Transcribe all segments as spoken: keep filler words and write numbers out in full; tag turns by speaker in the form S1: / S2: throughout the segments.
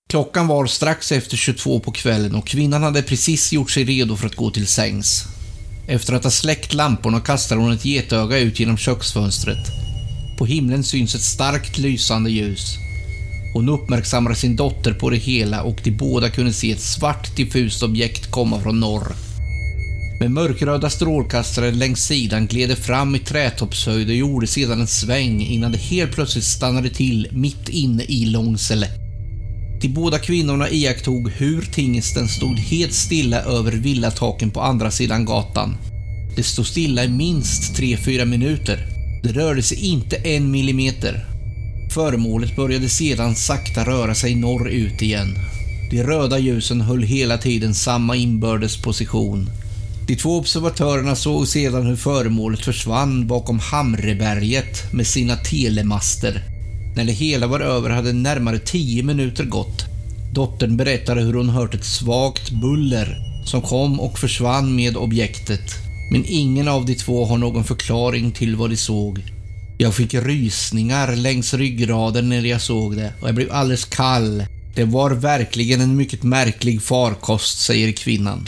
S1: Klockan var strax efter tjugotvå på kvällen och kvinnan hade precis gjort sig redo för att gå till sängs. Efter att ha släckt lamporna kastade hon ett getöga ut genom köksfönstret. På himlen syns ett starkt lysande ljus. Hon uppmärksammade sin dotter på det hela och de båda kunde se ett svart diffust objekt komma från norr. Med mörkröda strålkastare längs sidan gled det fram i trätoppshöjd och gjorde sedan en sväng innan det helt plötsligt stannade till mitt inne i Långsele. De båda kvinnorna iakttog hur tingesten stod helt stilla över villataken på andra sidan gatan. Det stod stilla i minst tre fyra minuter. Det rörde sig inte en millimeter. Föremålet började sedan sakta röra sig norrut igen. De röda ljusen höll hela tiden samma inbördes position. De två observatörerna såg sedan hur föremålet försvann bakom Hamreberget med sina telemaster. När det hela var över hade närmare tio minuter gått. Dottern berättade hur hon hört ett svagt buller som kom och försvann med objektet. Men ingen av de två har någon förklaring till vad de såg. Jag fick rysningar längs ryggraden när jag såg det och jag blev alldeles kall. Det var verkligen en mycket märklig farkost, säger kvinnan.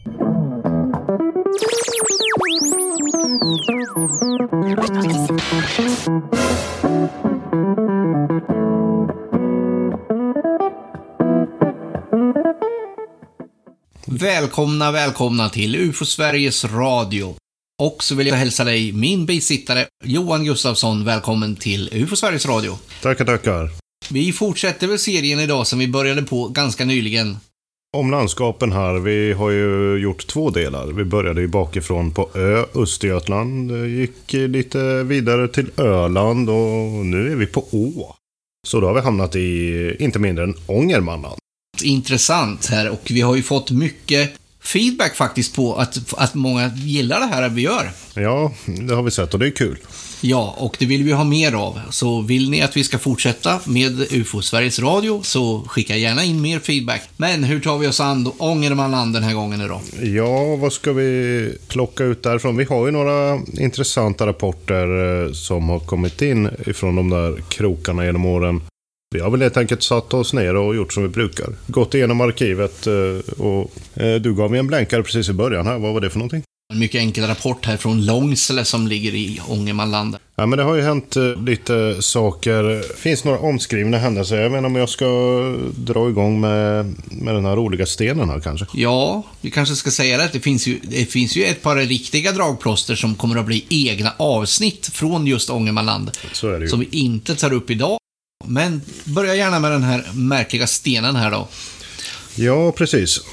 S1: Välkomna, välkomna till U F O Sveriges Radio. Och så vill jag hälsa dig, min bisittare Johan Gustafsson, välkommen till U F O Sveriges Radio.
S2: Tackar, tackar.
S1: Vi fortsätter väl serien idag som vi började på ganska nyligen.
S2: Om landskapen här, vi har ju gjort två delar. Vi började ju bakifrån på Ö, Östergötland, gick lite vidare till Öland och nu är vi på Å. Så då har vi hamnat i inte mindre än Ångermanland.
S1: Intressant här, och vi har ju fått mycket feedback faktiskt på att, att många gillar det här vi gör.
S2: Ja, det har vi sett och det är kul.
S1: Ja, och det vill vi ha mer av. Så vill ni att vi ska fortsätta med U F O Sveriges Radio så skicka gärna in mer feedback. Men hur tar vi oss an Ångermanland den här gången idag?
S2: Ja, vad ska vi plocka ut därifrån? Vi har ju några intressanta rapporter som har kommit in ifrån de där krokarna genom åren. Vi har väl helt enkelt satt oss ner och gjort som vi brukar. Gått igenom arkivet och du gav mig en blänkare precis i början här. Vad var det för någonting?
S1: En mycket enkel rapport här från Långsele som ligger i Ångermanland.
S2: Ja, men det har ju hänt lite saker. Det finns några omskrivna händelser. Jag vet inte om jag ska dra igång med, med den här roliga stenen här kanske.
S1: Ja, vi kanske ska säga det. Det finns ju, det finns ju ett par riktiga dragplåster som kommer att bli egna avsnitt från just Ångermanland.
S2: Så är det ju.
S1: Som vi inte tar upp idag. Men börja gärna med den här märkliga stenen här då.
S2: Ja, precis.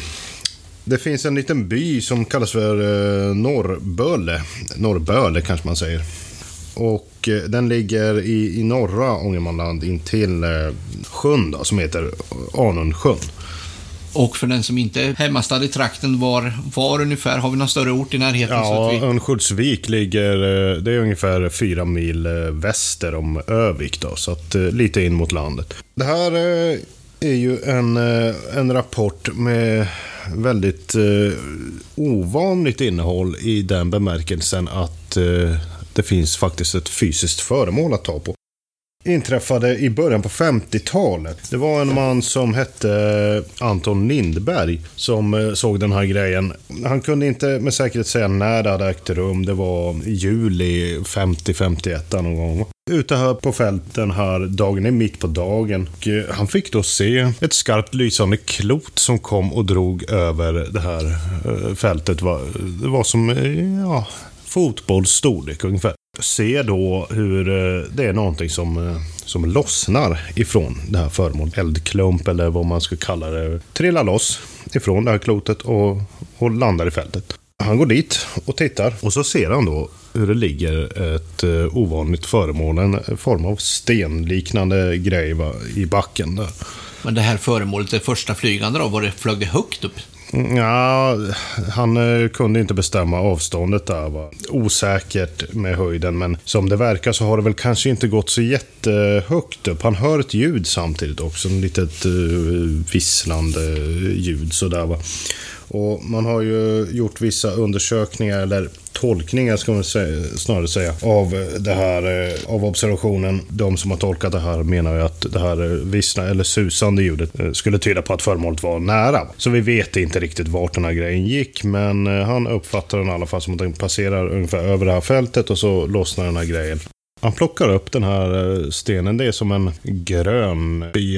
S2: Det finns en liten by som kallas för eh, Norrböle. Norrböle kanske man säger. Och eh, den ligger i, i norra Ångermanland in till eh, sjön då, som heter Anunsjön. Och
S1: för den som inte är hemmastad i trakten, var, var ungefär, har vi någon större ort i närheten?
S2: Ja,
S1: så att vi...
S2: Örnsköldsvik ligger, det är ungefär fyra mil väster om Övik då, så att lite in mot landet. Det här är ju en, en rapport med väldigt ovanligt innehåll i den bemärkelsen att det finns faktiskt ett fysiskt föremål att ta på. Inträffade i början på femtiotalet. Det var en man som hette Anton Lindberg som såg den här grejen. Han kunde inte med säkerhet säga när det hade ägt rum. Det var juli femtio femtioett någon gång. Ute här på fälten här, dagen är mitt på dagen. Och han fick då se ett skarpt lysande klot som kom och drog över det här fältet. Det var som ja, fotbollsstorlek ungefär. Se då hur det är någonting som, som lossnar ifrån det här föremålet. Eldklump eller vad man ska kalla det. Trillar loss ifrån det här klotet och, och landar i fältet. Han går dit och tittar och så ser han då hur det ligger ett ovanligt föremål. En form av stenliknande grej i backen där.
S1: Men det här föremålet, det första flygande då, var det flög det högt upp?
S2: Ja, han kunde inte bestämma avståndet där, va. Osäkert med höjden, men som det verkar så har det väl kanske inte gått så jättehögt upp. Han hör ett ljud samtidigt också, en litet uh, visslande ljud sådär, va. Och man har ju gjort vissa undersökningar eller tolkningar ska man säga, snarare säga av det här, av observationen. De som har tolkat det här menar ju att det här vissna eller susande ljudet skulle tyda på att föremålet var nära. Så vi vet inte riktigt vart den här grejen gick, men han uppfattar den i alla fall som att den passerar ungefär över det här fältet och så lossnar den här grejen. Han plockar upp den här stenen. Det är som en grön,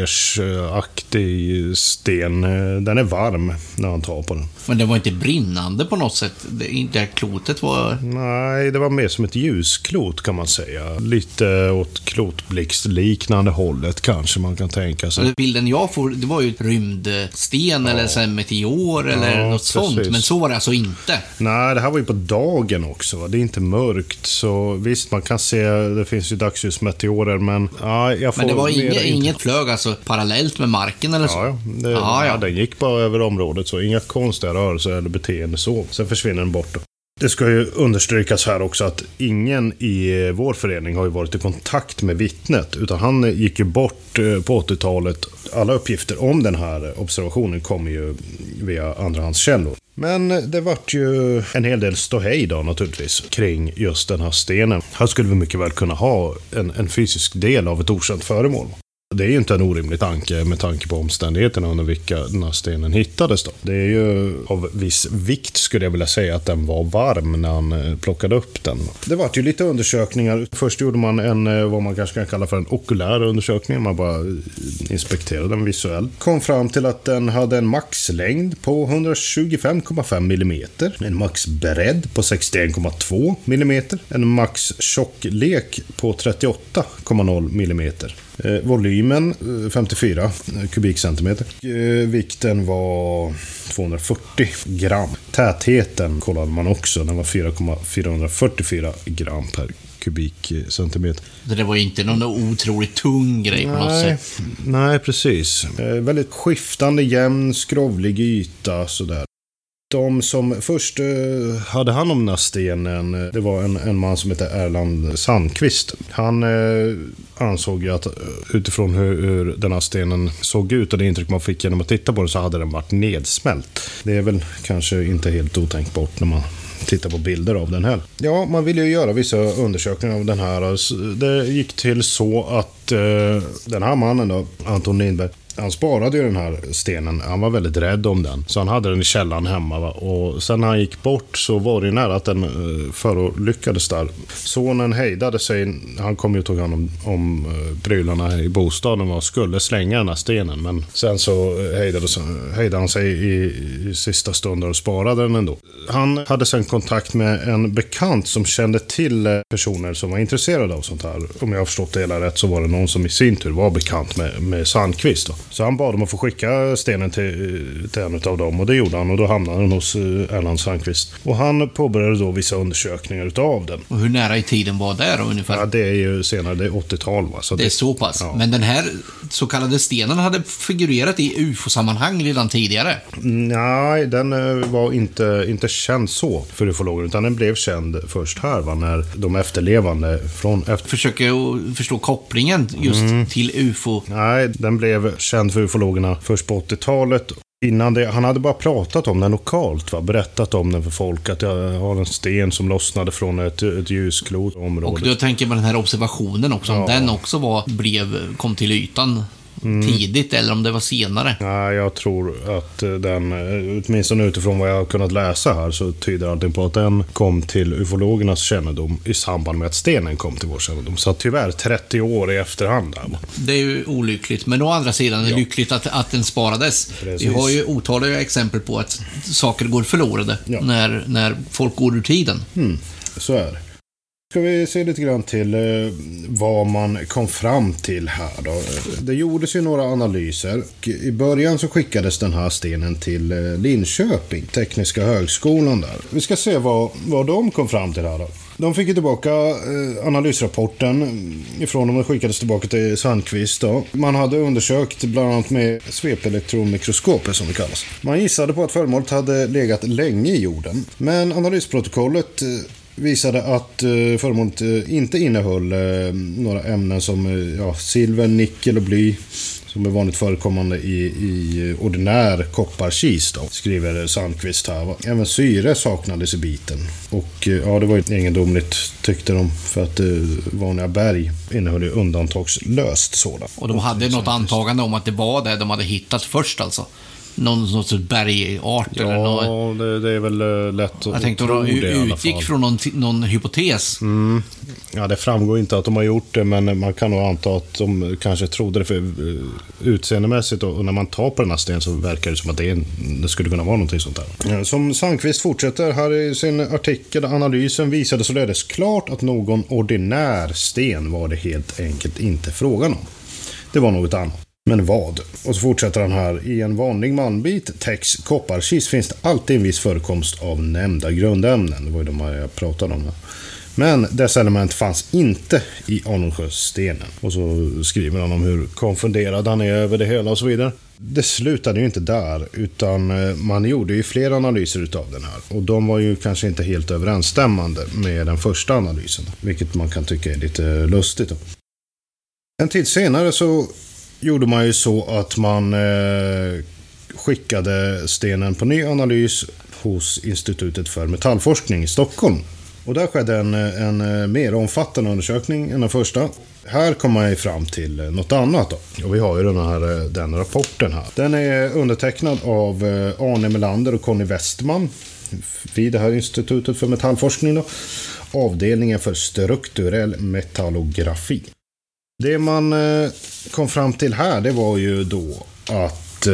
S2: beige-aktig sten. Den är varm när han tar på den.
S1: Men det var inte brinnande på något sätt? Det där klotet var...
S2: Nej, det var mer som ett ljusklot kan man säga. Lite åt klotblixtliknande hållet kanske man kan tänka sig.
S1: Bilden jag får, det var ju ett rymdsten ja. eller så en meteor eller ja, något precis. sånt. Men så var det alltså inte.
S2: Nej, det här var ju på dagen också. Det är inte mörkt. Så visst, man kan se... Det finns ju dagsljusmeteorer, men ja, jag får
S1: men det var inget, inget flög alltså parallellt med marken eller så?
S2: Ja, det, ja, ja. Den gick bara över området, så inga konstiga rörelser eller beteende så. Sen försvinner den bort. Det ska ju understrykas här också att ingen i vår förening har ju varit i kontakt med vittnet, utan han gick ju bort på åttiotalet. Alla uppgifter om den här observationen kommer ju via andrahandskällor. Men det vart ju en hel del ståhej då naturligtvis kring just den här stenen. Här skulle vi mycket väl kunna ha en, en fysisk del av ett okänt föremål. Det är ju inte en orimlig tanke med tanke på omständigheterna under vilka den här stenen hittades då. Det är ju av viss vikt skulle jag vilja säga att den var varm när han plockade upp den. Det var ju lite undersökningar. Först gjorde man en, vad man kanske kan kalla för en okulär undersökning. Man bara inspekterade den visuellt. Kom fram till att den hade en maxlängd på etthundratjugofem komma fem millimeter. En maxbredd på sextioen komma två millimeter. En max tjocklek på trettioåtta komma noll millimeter. Eh, volymen eh, femtiofyra kubikcentimeter. Eh, vikten var tvåhundrafyrtio gram. Tätheten kollade man också. Den var fyra komma fyrahundrafyrtiofyra gram per kubikcentimeter.
S1: Det var inte någon otroligt tung grej på något
S2: nej,
S1: sätt.
S2: Nej, precis. Eh, väldigt skiftande, jämn, skrovlig yta sådär. De som först eh, hade hand om den här stenen, det var en, en man som heter Erland Sandqvist. Han eh, ansåg ju att utifrån hur, hur den här stenen såg ut och det intryck man fick genom att titta på den så hade den varit nedsmält. Det är väl kanske inte helt otänkbart när man tittar på bilder av den här. Ja, man ville ju göra vissa undersökningar av den här. Det gick till så att eh, den här mannen då, Anton Lindberg, han sparade ju den här stenen. Han var väldigt rädd om den. Så han hade den i källaren hemma. Va? Och sen när han gick bort så var det ju nära att den uh, förolyckades där. Sonen hejdade sig. Han kom ju och tog hand om, om uh, prylarna i bostaden och skulle slänga den här stenen. Men sen så hejdade, hejdade han sig i, i sista stunden och sparade den ändå. Han hade sen kontakt med en bekant som kände till personer som var intresserade av sånt här. Om jag har förstått det hela rätt så var det någon som i sin tur var bekant med, med Sandqvist då. Så han bad dem att få skicka stenen till, till en av dem och det gjorde han och då hamnade den hos Erland Sandqvist. Och han påbörjade då vissa undersökningar utav den.
S1: Och hur nära i tiden var det då ungefär?
S2: Ja, det är ju senare, det är åttiotal va? Så
S1: det, det är så pass. Ja. Men den här så kallade stenen hade figurerat i U F O-sammanhang redan tidigare?
S2: Nej, den var inte, inte känd så för ufologer utan den blev känd först här va? När de efterlevande från... Efter...
S1: Försöker förstå kopplingen just mm. till U F O.
S2: Nej, den blev känd för ufologerna först på åttiotalet. Innan det, han hade bara pratat om den lokalt, va? Berättat om den för folk, att jag har en sten som lossnade från ett, ett ljusklot område. Och
S1: då tänker man den här observationen också, om ja. den också var, blev, kom till ytan mm. tidigt eller om det var senare.
S2: Nej, jag tror att den, åtminstone utifrån vad jag har kunnat läsa här, så tyder allting på att den kom till ufologernas kännedom i samband med att stenen kom till vår kännedom. Så tyvärr trettio år i efterhand där.
S1: Det är ju olyckligt, men å andra sidan är det ja. lyckligt att, att den sparades. Precis. Vi har ju otaliga exempel på att saker går förlorade ja. när, när folk går ur tiden.
S2: Mm, så är det. Ska vi se lite grann till eh, vad man kom fram till här då. Det gjordes ju några analyser. I början så skickades den här stenen till eh, Linköping, Tekniska högskolan där. Vi ska se vad, vad de kom fram till här då. De fick ju tillbaka eh, analysrapporten ifrån dem och skickades tillbaka till Sandqvist då. Man hade undersökt bland annat med svepelektronmikroskoper som det kallas. Man gissade på att föremålet hade legat länge i jorden. Men analysprotokollet eh, visade att uh, föremålet uh, inte innehöll uh, några ämnen som uh, ja, silver, nickel och bly som är vanligt förekommande i, i ordinär kopparkis då, skriver Sandqvist här. Även syre saknades i biten. Och ja, det var ju egendomligt tyckte de, för att vanliga berg innehöll ju undantagslöst sådant.
S1: Och de hade något antagande om att det var det de hade hittat först alltså. Någon sorts bergart
S2: ja,
S1: eller något.
S2: Ja, det, det är väl lätt att
S1: jag tänkte att de utgick från någon, någon hypotes.
S2: Mm. Ja, det framgår inte att de har gjort det, men man kan nog anta att de kanske trodde det för utseendemässigt, och när man tar på den här stenen så verkar det som att det, är, det skulle kunna vara någonting sånt där. Som Sandqvist fortsätter här i sin artikel, analysen visade således klart att någon ordinär sten var det helt enkelt inte frågan om. Det var något annat. Men vad? Och så fortsätter han här. I en vanlig manbit, tex, kopparkis finns det alltid en viss förekomst av nämnda grundämnen. Det var ju de här jag pratade om. Men dessa element fanns inte i Anundsjöstenen. Och så skriver han om hur konfunderad han är över det hela och så vidare. Det slutade ju inte där, utan man gjorde ju fler analyser utav den här. Och de var ju kanske inte helt överensstämmande med den första analysen. Vilket man kan tycka är lite lustigt. En tid senare så gjorde man ju så att man eh, skickade stenen på ny analys hos Institutet för metallforskning i Stockholm. Och där skedde en, en mer omfattande undersökning än den första. Här kommer man ju fram till något annat då. Och vi har ju den här den rapporten här. Den är undertecknad av Arne Melander och Conny Westman vid det här Institutet för metallforskning då. Avdelningen för strukturell metallografi. Det man eh, kom fram till här, det var ju då att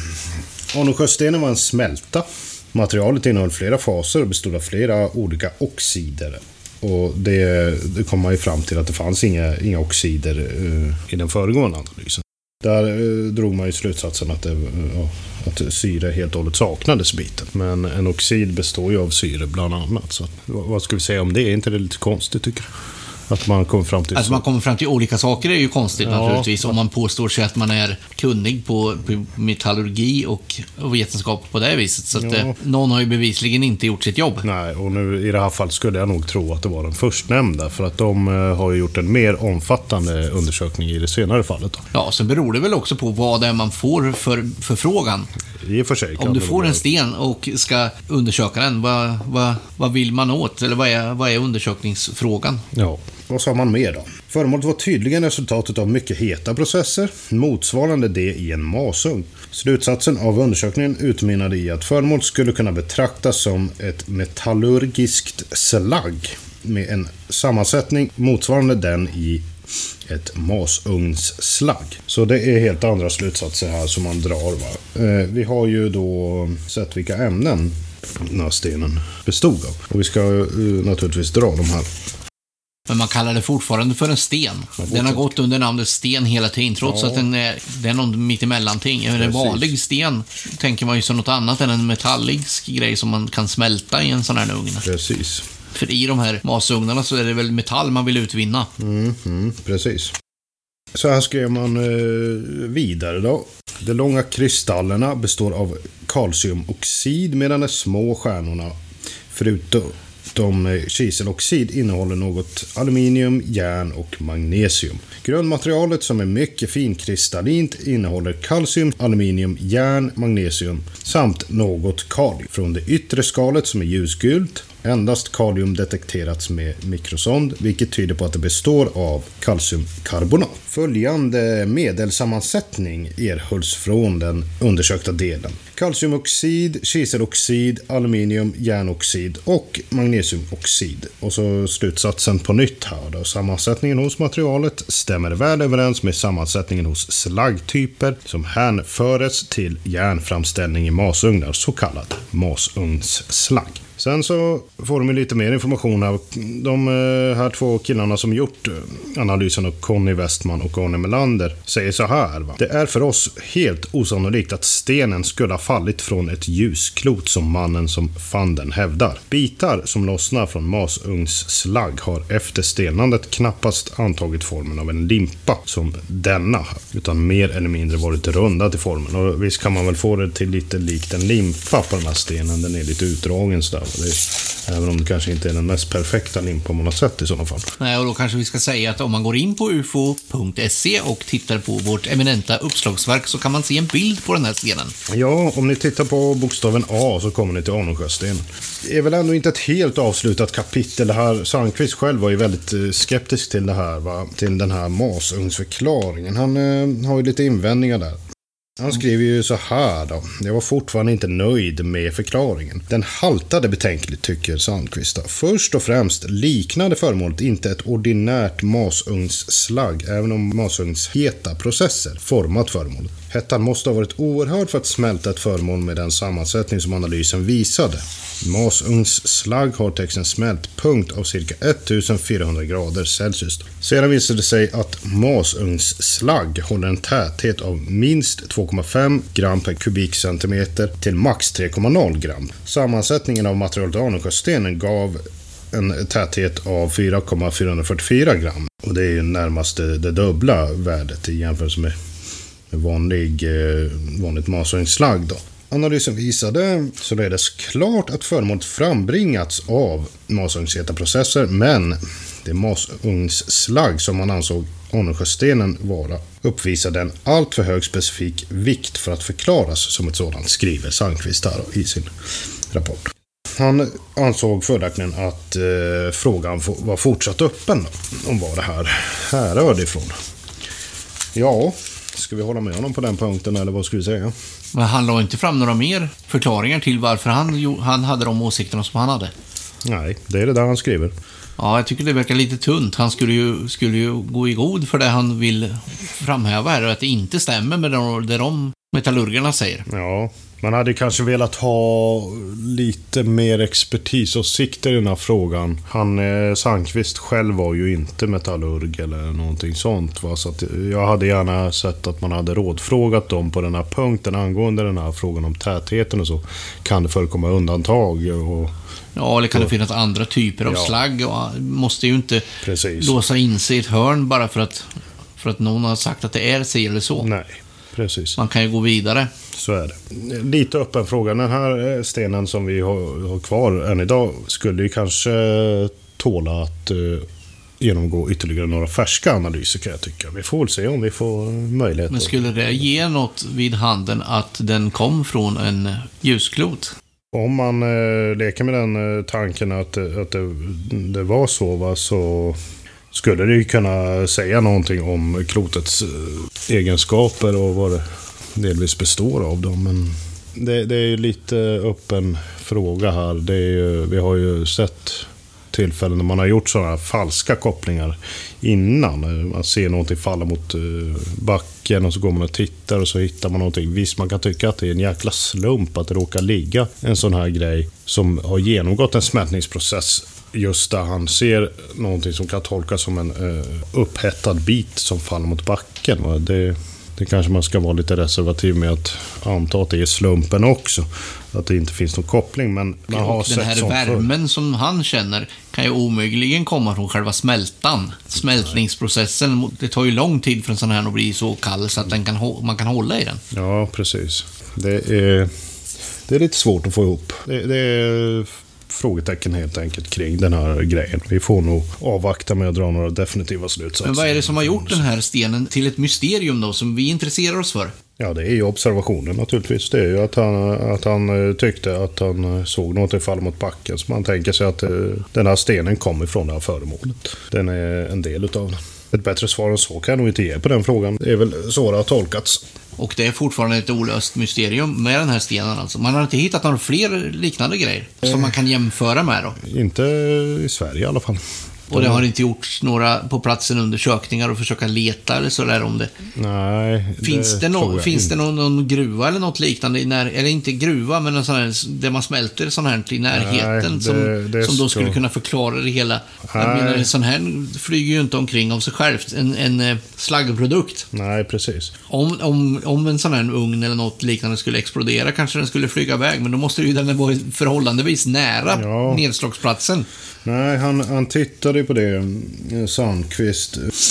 S2: eh, Anundsjöstenen var en smälta. Materialet innehöll flera faser och bestod av flera olika oxider. Och det, det kom man ju fram till att det fanns inga, inga oxider eh, i den föregående analysen. Där eh, drog man ju slutsatsen att, det, ja, att syre helt och hållet saknades biten. Men en oxid består ju av syre bland annat. Så att, vad ska vi säga om det? Är inte det lite konstigt tycker jag? Att man kommer fram till
S1: alltså
S2: så.
S1: Man kommer fram till olika saker är ju konstigt
S2: ja,
S1: naturligtvis. Om man påstår sig att man är kunnig på, på metallurgi och, och vetenskap på det viset. Så att, ja. Någon har ju bevisligen inte gjort sitt jobb.
S2: Nej, och nu i det här fallet skulle jag nog tro att det var den förstnämnda. För att de uh, har ju gjort en mer omfattande undersökning i det senare fallet. Då.
S1: Ja, så beror det väl också på vad det är man får för förfrågan.
S2: I och för sig.
S1: Om du får en sten och ska undersöka den, vad, vad, vad vill man åt? Eller vad är, vad är undersökningsfrågan?
S2: Ja. Vad sa man mer då? Föremålet var tydligen resultatet av mycket heta processer, motsvarande det i en masugn. Slutsatsen av undersökningen utmynnade i att föremålet skulle kunna betraktas som ett metallurgiskt slagg med en sammansättning motsvarande den i ett masugnsslagg. Så det är helt andra slutsatser här som man drar. Va? Eh, vi har ju då sett vilka ämnen den här stenen bestod av. Och vi ska eh, naturligtvis dra de här.
S1: Men man kallar det fortfarande för en sten. Den har gått under namnet sten hela tiden, trots ja. att den är, det är någon mittemellanting. En vanlig sten tänker man ju som något annat än en metallisk grej som man kan smälta i en sån här ugn.
S2: Precis.
S1: För i de här masugnarna så är det väl metall man vill utvinna.
S2: Mm, mm, precis. Så här skrev man eh, vidare då. De långa kristallerna består av kalciumoxid medan de små stjärnorna förutom De kiseloxid innehåller något aluminium, järn och magnesium. Grundmaterialet som är mycket finkristallint innehåller kalcium, aluminium, järn, magnesium samt något kalium. Från det yttre skalet som är ljusgult endast kalium detekterats med mikrosond, vilket tyder på att det består av kalciumkarbonat. Följande medelsammansättning erhölls från den undersökta delen: kalciumoxid, kiseloxid, aluminium, järnoxid och magnesiumoxid. Och så slutsatsen på nytt här då. Sammansättningen hos materialet stämmer väl överens med sammansättningen hos slaggtyper som hänföres till järnframställning i masugnar, så kallad masugnsslagg. Sen så får de lite mer information av de här två killarna som gjort analysen av Conny Westman och Arne Melander säger så här. Va? Det är för oss helt osannolikt att stenen skulle ha fallit från ett ljusklot som mannen som fann den hävdar. Bitar som lossnar från masugnsslagg har efter stelnandet knappast antagit formen av en limpa som denna, utan mer eller mindre varit runda till formen. Och visst kan man väl få det till lite likt en limpa på den här stenen, den är lite utdragen sådär. Det, även om det kanske inte är den mest perfekta limpan man har sett i sådana fall.
S1: Nej, och då kanske vi ska säga att om man går in på u f o punkt se och tittar på vårt eminenta uppslagsverk så kan man se en bild på den här stenen.
S2: Ja, om ni tittar på bokstaven A så kommer ni till Anundsjöstenen. Det är väl ändå inte ett helt avslutat kapitel. Det här, Sandqvist själv var ju väldigt skeptisk till det här, va? Till den här masugnsförklaringen. Han eh, har ju lite invändningar där. Han skriver ju så här då. Jag var fortfarande inte nöjd med förklaringen. Den haltade betänkligt, tycker Sandqvist. Först och främst liknade föremålet inte ett ordinärt masugnsslagg, även om masugnsheta processer format föremålet. Hettan måste ha varit oerhörd för att smälta ett föremål med den sammansättning som analysen visade. Masugnslagg har texten smältpunkt av cirka fjortonhundra grader Celsius. Sedan visade det sig att masugnslagg håller en täthet av minst två komma fem gram per kubikcentimeter till max tre komma noll gram. Sammansättningen av materialet Anundsjöstenen gav en täthet av fyra komma fyrahundrafyrtiofyra gram. Och det är ju närmast det, det dubbla värdet i jämförelse med vanlig, vanligt masugnsslagg då. Analysen visade således klart att föremålet frambringats av masugnsheta processer, men det masugnsslagg som man ansåg Anundsjöstenen vara uppvisade en allt för hög specifik vikt för att förklaras som ett sådant, skriver Sandqvist här i sin rapport. Han ansåg följaktligen att eh, frågan var fortsatt öppen då, om vad det här härrörde ifrån. Ja, ska vi hålla med honom på den punkten eller vad ska vi säga?
S1: Men han la inte fram några mer förklaringar till varför han, han hade de åsikterna som han hade.
S2: Nej, det är det där han skriver.
S1: Ja, jag tycker det verkar lite tunt. Han skulle ju, skulle ju gå i god för det han vill framhäva här, och att det inte stämmer med det de metallurgerna säger.
S2: Ja, man hade kanske velat ha lite mer expertisåsikter i den här frågan. Han, eh, Sandqvist själv var ju inte metallurg eller någonting sånt, va? Så att jag hade gärna sett att man hade rådfrågat dem på den här punkten angående den här frågan om tätheten och så. Kan det förekomma undantag och...
S1: Ja, eller kan det finnas andra typer av
S2: ja.
S1: slagg? Och måste ju inte
S2: Precis.
S1: låsa in sig i ett hörn bara för att, för att någon har sagt att det är sig eller så.
S2: Nej, precis.
S1: Man kan ju gå vidare.
S2: Så är det. Lite öppen fråga. Den här stenen som vi har, har kvar än idag skulle ju kanske tåla att uh, genomgå ytterligare några färska analyser, kan jag tycka. Vi får väl se om vi får möjlighet.
S1: Men skulle det ge något vid handen att den kom från en ljusklot?
S2: Om man eh, leker med den eh, tanken att, att det, det var så, va, så skulle det ju kunna säga någonting om klotets eh, egenskaper och vad det delvis består av dem. Men det, det är ju lite öppen fråga här. Det är ju, vi har ju sett tillfällen när man har gjort sådana här falska kopplingar innan. Man ser någonting falla mot backen och så går man och tittar och så hittar man någonting. Visst, man kan tycka att det är en jäkla slump att det råkar ligga en sån här grej som har genomgått en smältningsprocess just där han ser någonting som kan tolkas som en uh, upphettad bit som faller mot backen. Va? Det, det kanske man ska vara lite reservativ med att anta att det är slumpen också. Att det inte finns någon koppling. Men man har
S1: den här värmen för... som han känner kan ju omöjligen komma från själva smältan. Smältningsprocessen, det tar ju lång tid för en sån här att bli så kall så att den kan, man kan hålla i den.
S2: Ja, precis. Det är, det är lite svårt att få ihop. Det, det är frågetecken helt enkelt kring den här grejen. Vi får nog avvakta med att dra några definitiva slutsatser.
S1: Men vad är det som har gjort den här stenen till ett mysterium då som vi intresserar oss för?
S2: Ja, det är ju observationen naturligtvis. Det är ju att han, att han tyckte att han såg något falla mot backen. Så man tänker sig att den här stenen kommer ifrån det här föremålet. Den är en del utav den. Ett bättre svar än så kan jag nog inte ge på den frågan. Det är väl så det har tolkats.
S1: Och det är fortfarande ett olöst mysterium med den här stenen alltså. Man har inte hittat några fler liknande grejer eh, som man kan jämföra med då?
S2: Inte i Sverige i alla fall.
S1: Och det har inte gjorts några på platsen undersökningar och försöka leta eller så där om det?
S2: Nej.
S1: Finns det, det, no, finns det någon, någon gruva eller något liknande i när, eller inte gruva men en sån här, där man smälter sån här i närheten? Nej, det, som,
S2: det
S1: som då skulle
S2: så. kunna
S1: förklara det hela. Nej. Jag menar, en sån här flyger ju inte omkring av sig självt. En, en slaggprodukt.
S2: Nej, precis.
S1: Om, om, om en sån här ugn eller något liknande skulle explodera kanske den skulle flyga iväg, men då måste ju den vara förhållandevis nära ja. nedslagsplatsen.
S2: Nej, han, han tittade på det, Sandqvist.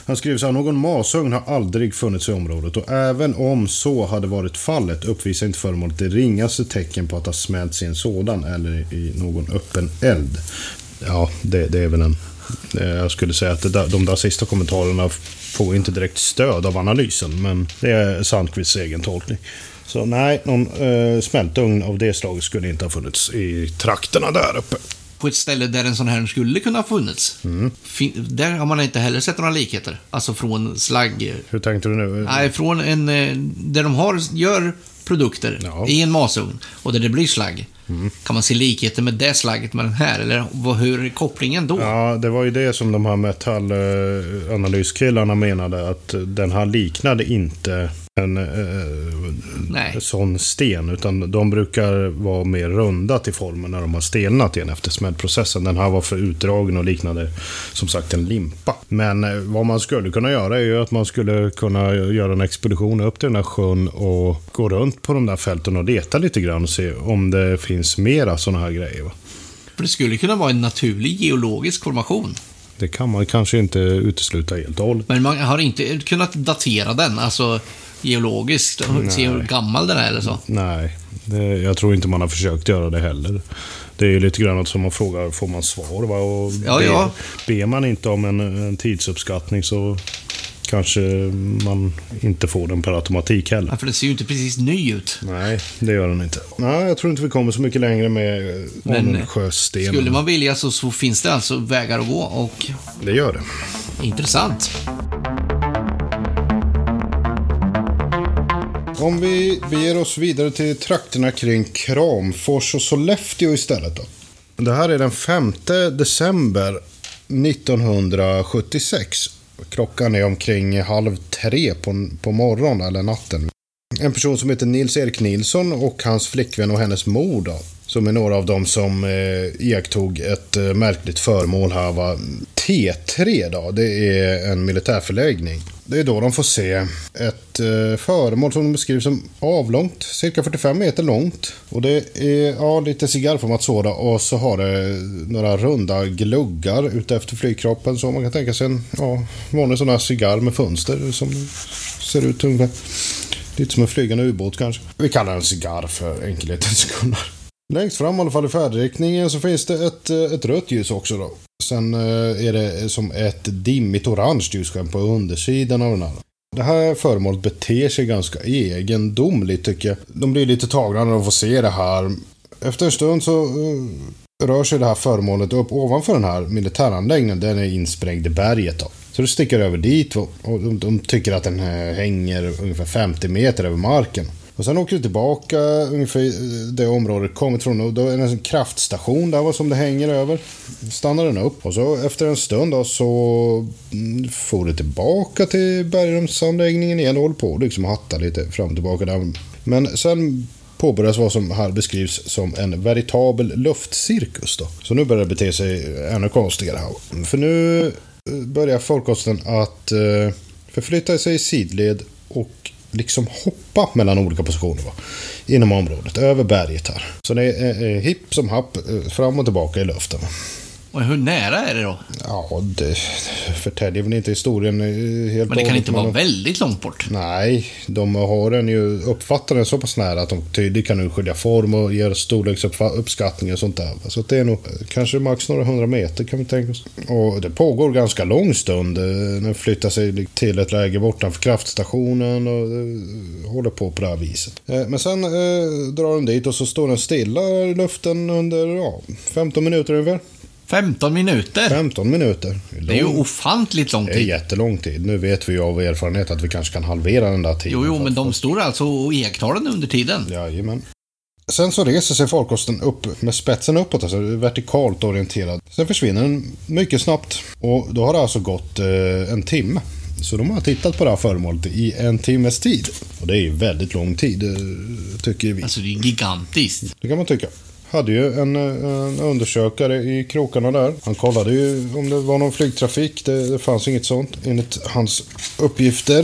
S2: Han skriver så här: någon masugn har aldrig funnits i området och även om så hade varit fallet uppvisar inte föremålet det ringaste tecken på att ha smälts i en sådan eller i någon öppen eld. Ja, det, det är väl en... Jag skulle säga att det där, de där sista kommentarerna får inte direkt stöd av analysen, men det är Sandqvists egen tolkning. Så nej, någon eh, smältugn av det slaget skulle inte ha funnits i trakterna där uppe.
S1: På ett ställe där en sån här skulle kunna ha funnits. Mm. Fin- där har man inte heller sett några likheter. Alltså från slagg.
S2: Hur tänkte du nu?
S1: Nej, från en... Där de har, gör produkter ja. i en masugn och där det blir slagg. Mm. Kan man se likheter med det slagget med den här? Eller vad, hur är kopplingen då?
S2: Ja, det var ju det som de här metallanalyskillarna menade, att den här liknade inte en eh, sån sten, utan de brukar vara mer runda till formen när de har stelnat igen efter smältprocessen. Den här var för utdragen och liknade som sagt en limpa. Men eh, vad man skulle kunna göra är ju att man skulle kunna göra en expedition upp till den här sjön och gå runt på de där fälten och leta lite grann och se om det finns mera såna här grejer. Va?
S1: För det skulle kunna vara en naturlig geologisk formation.
S2: Det kan man kanske inte utesluta helt och hållet.
S1: Men man har inte kunnat datera den, alltså geologiskt, se hur gammal den är eller så.
S2: Nej, det, jag tror inte man har försökt göra det heller. Det är ju lite grann som man frågar, får man svar? Va? Och
S1: ja,
S2: ber,
S1: ja.
S2: ber man inte om en, en tidsuppskattning så kanske man inte får den per automatik heller.
S1: Ja, för det ser ju inte precis ny ut.
S2: Nej, det gör den inte. Nej, jag tror inte vi kommer så mycket längre med Anundsjöstenen.
S1: Skulle man vilja så, så finns det alltså vägar att gå och...
S2: Det gör det.
S1: Intressant.
S2: Om vi beger oss vidare till trakterna kring Kramfors och Sollefteå istället då. Det här är den femte december nittonhundrasjuttiosex. Klockan är omkring halv tre på, på morgonen eller natten. En person som heter Nils-Erik Nilsson och hans flickvän och hennes mor då, som är några av dem som eh, iakttog ett eh, märkligt föremål här, var T tre då. Det är en militärförläggning. Det är då de får se ett eh, föremål som de beskrivs som avlångt, cirka fyrtiofem meter långt. Och det är ja, lite cigarrformat sådär, och så har det några runda gluggar ute efter flygkroppen, så man kan tänka sig en ja, vanlig sån här cigarr med fönster som ser ut ungefär lite som en flygande ubåt kanske. Vi kallar den cigarr för enkelhetens skull. Längst fram i alla fall i färdriktningen så finns det ett, ett rött ljus också då. Sen är det som ett dimmigt orange ljusskärm på undersidan av den här. Det här föremålet beter sig ganska egendomligt tycker jag. De blir lite tagna när de får se det här. Efter en stund så uh, rör sig det här föremålet upp ovanför den här militäranläggningen. Den är insprängd i berget då. Så det sticker över dit och de, de tycker att den hänger ungefär femtio meter över marken. Och sen åker det tillbaka ungefär det området kommit från, och då är det en kraftstation där som det hänger över. Stannar den upp och så efter en stund då så får det tillbaka till bergrumsanläggningen igen och håller på liksom hatta lite fram och tillbaka där. Men sen påbörjas vad som här beskrivs som en veritabel luftcirkus då. Så nu börjar det bete sig ännu konstigare här. För nu börjar folkkosten att förflytta sig i sidled och liksom hoppa mellan olika positioner va? Inom området, över berget här. Så det är hipp som happ fram och tillbaka i luften.
S1: Och hur nära är det då?
S2: Ja, det förtäljer väl inte historien helt.
S1: Men det kan inte vara väldigt långt bort.
S2: Nej, de har den ju uppfattat den så pass nära att de tydligt kan urskilja form och göra storleksuppskattning och sånt där. Så det är nog kanske max några hundra meter kan vi tänka oss. Och det pågår ganska lång stund. Den flyttar sig till ett läge bortanför kraftstationen och håller på på det här viset. Men sen eh, drar den dit och så står den stilla i luften under ja, femton minuter ungefär.
S1: femton minuter?
S2: femton minuter.
S1: Lång. Det är ju ofantligt lång tid.
S2: Det är jättelång tid. Nu vet vi ju av erfarenhet att vi kanske kan halvera den där tiden.
S1: Jo, jo men de står alltså och iakttar den under tiden.
S2: Jajamän. Sen så reser sig farkosten upp med spetsen uppåt, alltså vertikalt orienterad. Sen försvinner den mycket snabbt. Och då har det alltså gått eh, en timme. Så de har tittat på det här föremålet i en timmes tid. Och det är ju väldigt lång tid, tycker vi.
S1: Alltså det är gigantiskt.
S2: Det kan man tycka. Hade ju en, en undersökare i krokarna där. Han kollade ju om det var någon flygtrafik. Det, det fanns inget sånt enligt hans uppgifter.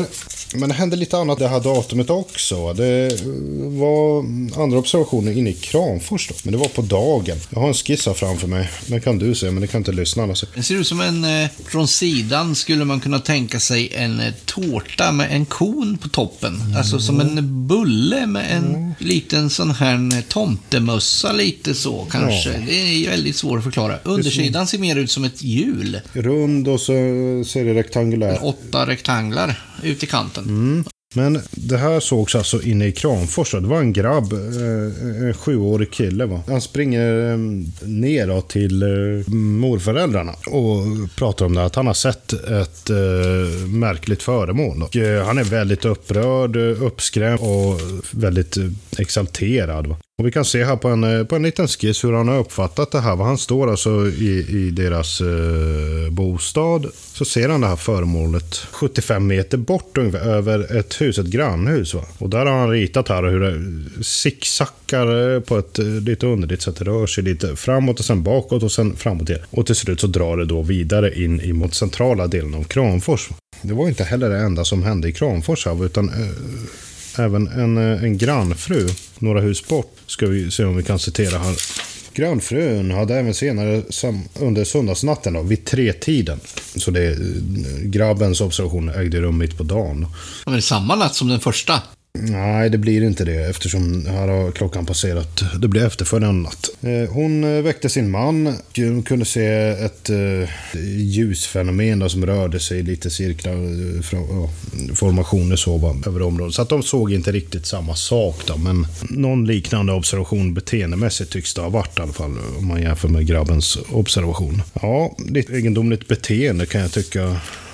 S2: Men det hände lite annat det här datumet också. Det var andra observationer inne i Kramfors då, men det var på dagen. Jag har en skiss här framför mig. Den kan du se, men det kan inte lyssna. Alltså.
S1: Det ser ut som en, eh, från sidan skulle man kunna tänka sig en eh, tårta med en kon på toppen. Mm. Alltså som en bulle med en mm. liten sån här tomtemössa, lite så kanske. Ja. Det är väldigt svårt att förklara. Undersidan ser mer ut som ett hjul.
S2: Rund och så ser det rektangulär.
S1: Åtta rektanglar ut i kanten.
S2: Mm. Men det här sågs alltså inne i Kramfors. Det var en grabb, en sjuårig kille. Va? Han springer ner till morföräldrarna och pratar om det, att han har sett ett uh, märkligt föremål. Och, uh, han är väldigt upprörd, uppskrämd och väldigt uh, exalterad. Va? Och vi kan se här på en, på en liten skiss hur han har uppfattat det här. Han står alltså i, i deras eh, bostad. Så ser han det här föremålet sjuttiofem meter bort ungefär, över ett hus, ett grannhus. Va? Och där har han ritat här hur det zigzaggar på ett lite underligt sätt. Det rör sig lite framåt och sen bakåt och sen framåt igen. Och till slut så drar det då vidare in mot centrala delen av Kramfors. Det var inte heller det enda som hände i Kramfors här, utan... Eh, Även en, en grannfru, några hus bort, ska vi se om vi kan citera här. Grannfrun hade även senare sam, under söndagsnatten då, vid tre tiden. Så det grabbens observation ägde rum mitt på dagen.
S1: Men det är samma natt som den första?
S2: Nej, det blir inte det eftersom här har klockan passerat. Det blir efterföljande natt. Hon väckte sin man. Hon kunde se ett ljusfenomen där som rörde sig lite cirklar, formationer så över området. Så att de såg inte riktigt samma sak då, men någon liknande observation beteendemässigt tycks det ha varit i alla fall om man jämför med grabbens observation. Ja, lite egendomligt beteende kan jag tycka.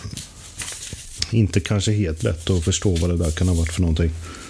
S2: Inte kanske helt lätt att förstå vad det där kan ha varit för någonting.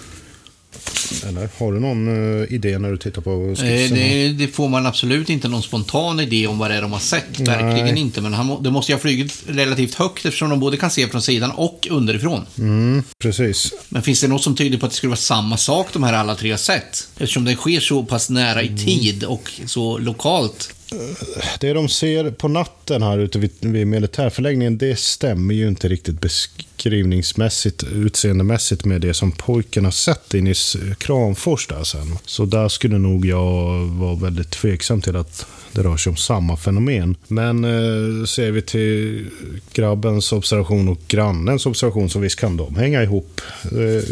S2: Eller har du någon uh, idé när du tittar på skissen?
S1: Det, det får man absolut inte någon spontan idé om vad det är de har sett. Nej. Verkligen inte. Men han, det måste ju ha flugit relativt högt eftersom de både kan se från sidan och underifrån.
S2: Mm, precis.
S1: Men finns det något som tyder på att det skulle vara samma sak de här alla tre har sett? Eftersom det sker så pass nära i tid och så lokalt.
S2: Det de ser på natten här ute vid, vid militärförläggningen, det stämmer ju inte riktigt beskrivningsmässigt, utseendemässigt med det som pojkarna sett in i Kramfors där sen. Så där skulle nog jag vara väldigt tveksam till att det rör sig om samma fenomen. Men eh, ser vi till grabbens observation och grannens observation, så visst kan de hänga ihop. Eh,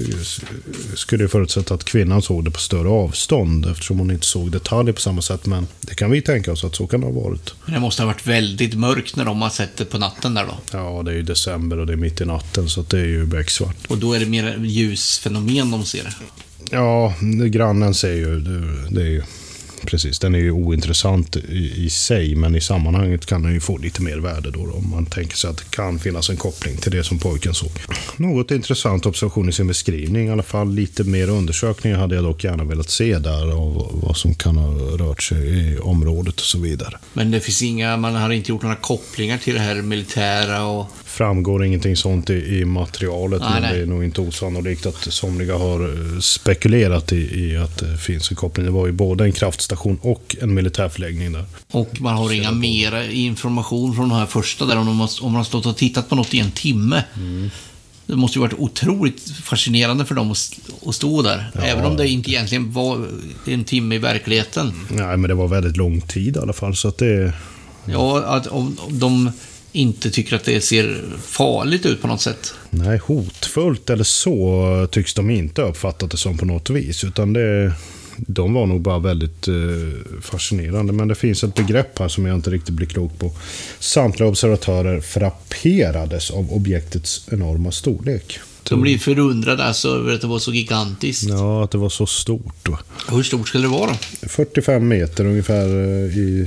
S2: skulle förutsätta att kvinnan såg det på större avstånd eftersom hon inte såg detaljer på samma sätt. Men det kan vi tänka oss att så kan det ha varit.
S1: Det måste ha varit väldigt mörkt när de har sett det på natten där då.
S2: Ja, det är ju december och det är mitt i natten så att det är ju becksvart.
S1: Och då är det mer ljusfenomen de ser.
S2: Ja, grannen ser ju det, det är ju precis, den är ju ointressant i, i sig, men i sammanhanget kan den ju få lite mer värde då, då om man tänker sig att det kan finnas en koppling till det som pojken såg. Något intressant observation i sin beskrivning, i alla fall lite mer undersökningar hade jag dock gärna velat se där och vad som kan ha rört sig i området och så vidare.
S1: Men det finns inga, man har inte gjort några kopplingar till det här militära och...
S2: Framgår ingenting sånt i, i materialet, nej, men nej. Det är nog inte osannolikt att somliga har spekulerat i, i att det finns en koppling. Det var ju både en kraftstation och en militärförläggning där.
S1: Och man har inga mer information från den här första där om de har, om man har stått och tittat på något i en timme. Mm. Det måste ju varit otroligt fascinerande för dem att, att stå där. Ja. Även om det inte egentligen var en timme i verkligheten. Nej,
S2: men det var väldigt lång tid i alla fall. Så att det...
S1: Ja, att om, om de inte tycker att det ser farligt ut på något sätt.
S2: Nej, hotfullt eller så tycks de inte ha uppfattat det som på något vis. Utan det... De var nog bara väldigt eh, fascinerande. Men det finns ett begrepp här som jag inte riktigt blir klok på. Samtliga observatörer frapperades av objektets enorma storlek.
S1: De blir förundrade alltså över att det var så gigantiskt.
S2: Ja, att det var så stort.
S1: Hur stort skulle det vara då?
S2: fyrtiofem meter ungefär i,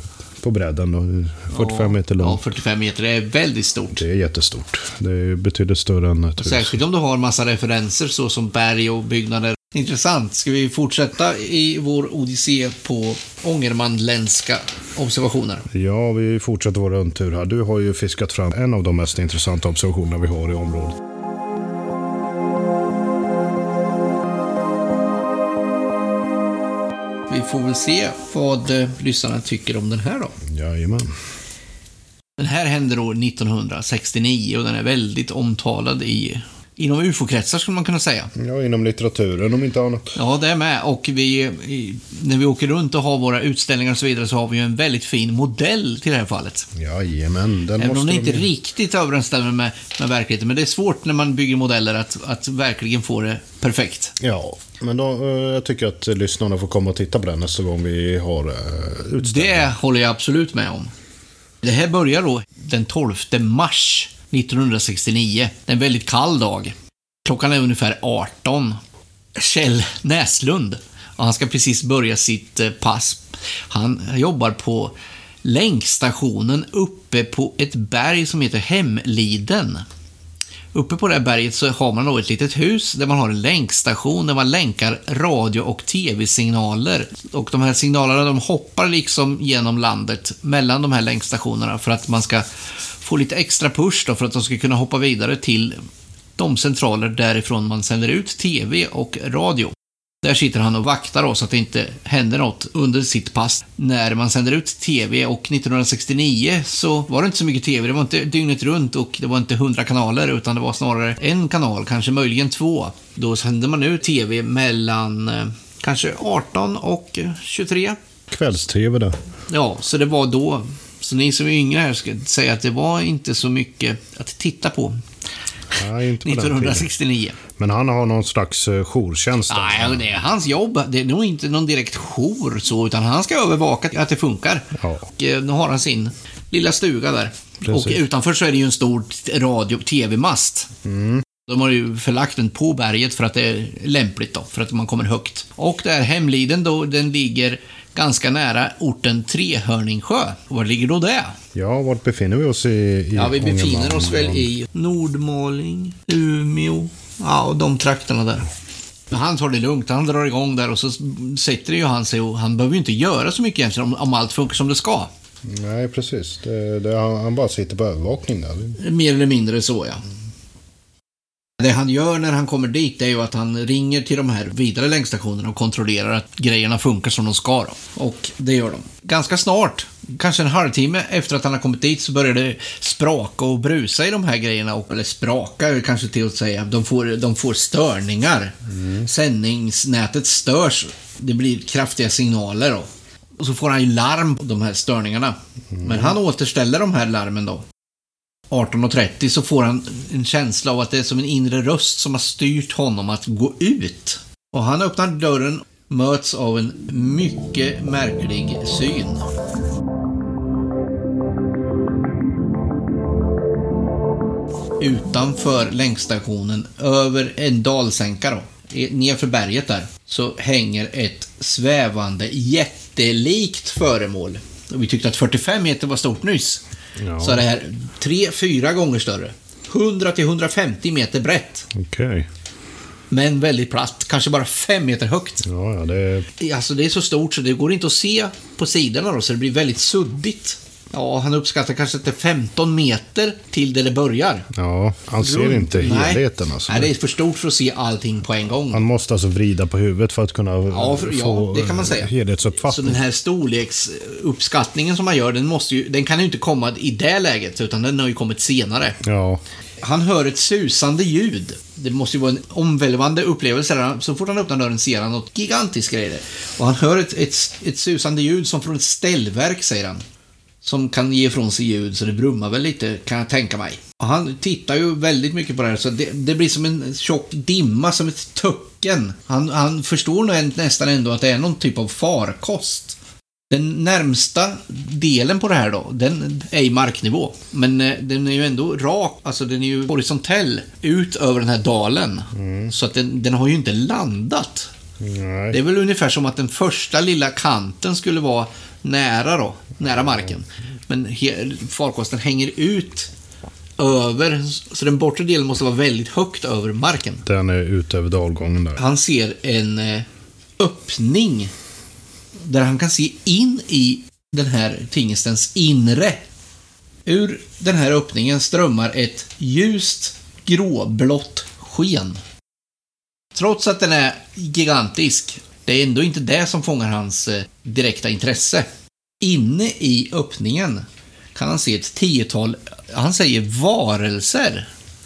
S2: på bredden. Då. fyrtiofem ja, meter långt.
S1: Ja, fyrtiofem meter är väldigt stort.
S2: Det är jättestort. Det är betydligt större än ett hus.
S1: Särskilt om du har en massa referenser så som berg och byggnader. Intressant. Ska vi fortsätta i vår odyssé på ångermanländska observationer?
S2: Ja, vi fortsätter vår rundtur här. Du har ju fiskat fram en av de mest intressanta observationerna vi har i området.
S1: Vi får väl se vad eh, lyssnarna tycker om den här då.
S2: Jajamän.
S1: Den här händer år nittonhundrasextionio och den är väldigt omtalad i inom U F O-kretsar skulle man kunna säga.
S2: Ja, inom litteraturen om inte annat.
S1: Ja, det är med. Och vi, när vi åker runt och har våra utställningar och så vidare så har vi ju en väldigt fin modell till det här fallet.
S2: Jajamän, den
S1: Även
S2: måste
S1: om det inte
S2: de...
S1: riktigt överensstämmer med, med verkligheten. Men det är svårt när man bygger modeller att, att verkligen få det perfekt.
S2: Ja, men då, jag tycker att lyssnarna får komma och titta på den nästa gång vi har utställning.
S1: Det håller jag absolut med om. Det här börjar då den tolfte mars nittonhundrasextionio. Det är en väldigt kall dag. Klockan är ungefär arton. Kjell Näslund. Och han ska precis börja sitt pass. Han jobbar på länkstationen uppe på ett berg som heter Hemliden. Uppe på det här berget så har man då ett litet hus där man har en länkstation där man länkar radio- och tv-signaler. Och de här signalerna de hoppar liksom genom landet mellan de här länkstationerna för att man ska få lite extra push då, för att de ska kunna hoppa vidare till de centraler därifrån man sänder ut tv och radio. Där sitter han och vaktar då, så att det inte händer något under sitt pass när man sänder ut tv. Och nittonhundrasextionio så var det inte så mycket tv, det var inte dygnet runt och det var inte hundra kanaler utan det var snarare en kanal, kanske möjligen två. Då sände man ut tv mellan eh, kanske arton och tjugotre.
S2: Kvällstv där.
S1: Ja, så det var då. Så ni som är yngre här ska säga att det var inte så mycket att titta på.
S2: Nej, inte på
S1: nittonhundrasextionio.
S2: Men han har någon slags jourtjänst.
S1: Nej, det är hans jobb. Det är nog inte någon direkt jour så, utan han ska övervaka att det funkar.
S2: Ja.
S1: Och eh, nu har han sin lilla stuga där.
S2: Precis.
S1: Och utanför så är det ju en stor radio-tv-mast.
S2: Mm.
S1: De har ju förlagt den på berget för att det är lämpligt då, för att man kommer högt. Och där Hemliden då, den ligger ganska nära orten Trehörningsjö. Var ligger då det?
S2: Ja, vart befinner vi oss i? i
S1: Ja, vi befinner
S2: Ångermanland?
S1: oss väl i Nordmaling, Umeå, ja, och de trakterna där. Men han tar det lugnt, han drar igång där och så sätter ju han sig och han behöver ju inte göra så mycket egentligen om, om allt funkar som det ska.
S2: Nej, precis. Det, det, han bara sitter på övervakning där.
S1: Mer eller mindre så, ja. Det han gör när han kommer dit är ju att han ringer till de här vidare länkstationerna och kontrollerar att grejerna funkar som de ska då. Och det gör de. Ganska snart, kanske en halvtimme efter att han har kommit dit så börjar det spraka och brusa i de här grejerna. Och, eller spraka kanske till att säga. De får, de får störningar. Mm. Sändningsnätet störs. Det blir kraftiga signaler då. Och så får han ju larm på de här störningarna. Mm. Men han återställer de här larmen då. arton och trettio så får han en känsla av att det är som en inre röst som har styrt honom att gå ut. Och han öppnar dörren, möts av en mycket märklig syn. Utanför länkstationen, över en dalsänka då, nerför berget där, så hänger ett svävande jättelikt föremål. Och vi tyckte att fyrtiofem meter var stort nyss. Ja. Så är det här tre, fyra gånger större. hundra till hundrafemtio meter brett.
S2: Okej. Okay.
S1: Men väldigt platt. Kanske bara fem meter högt.
S2: Ja, ja, det...
S1: Alltså det är så stort så det går inte att se på sidorna då, så det blir väldigt suddigt. Ja, han uppskattar kanske till femton meter till där det börjar.
S2: Ja, han ser Runt. inte helheten.
S1: Nej.
S2: Alltså.
S1: Nej, det är för stort för att se allting på en gång.
S2: Han måste alltså vrida på huvudet för att kunna
S1: ja, för,
S2: få
S1: ja, det kan man säga.
S2: helhetsuppfattning.
S1: Så den här storleksuppskattningen som man gör, den, måste ju, den kan ju inte komma i det läget, utan den har ju kommit senare.
S2: Ja.
S1: Han hör ett susande ljud. Det måste ju vara en omvälvande upplevelse. Så fort han öppnar dörren ser han något gigantiskt grejer. Och han hör ett, ett, ett susande ljud som från ett ställverk, säger han. Som kan ge ifrån sig ljud, så det brummar väl lite, kan jag tänka mig. Och han tittar ju väldigt mycket på det här, så det, det blir som en tjock dimma, som ett töcken. Han, han förstår nog nästan ändå att det är någon typ av farkost. Den närmsta delen på det här då, den är i marknivå. Men eh, den är ju ändå rak, alltså den är ju horisontell ut över den här dalen. Mm. Så att den, den har ju inte landat.
S2: Nej.
S1: Det är väl ungefär som att den första lilla kanten skulle vara nära då, nära marken. Men he- farkosten hänger ut över, så den bortre delen måste vara väldigt högt över marken.
S2: Den är ut över dalgången där.
S1: Han ser en eh, öppning där han kan se in i den här tingestens inre. Ur den här öppningen strömmar ett ljust gråblått sken. Trots att den är gigantisk, det är ändå inte det som fångar hans eh, direkta intresse. Inne i öppningen kan han se ett tiotal, han säger varelser.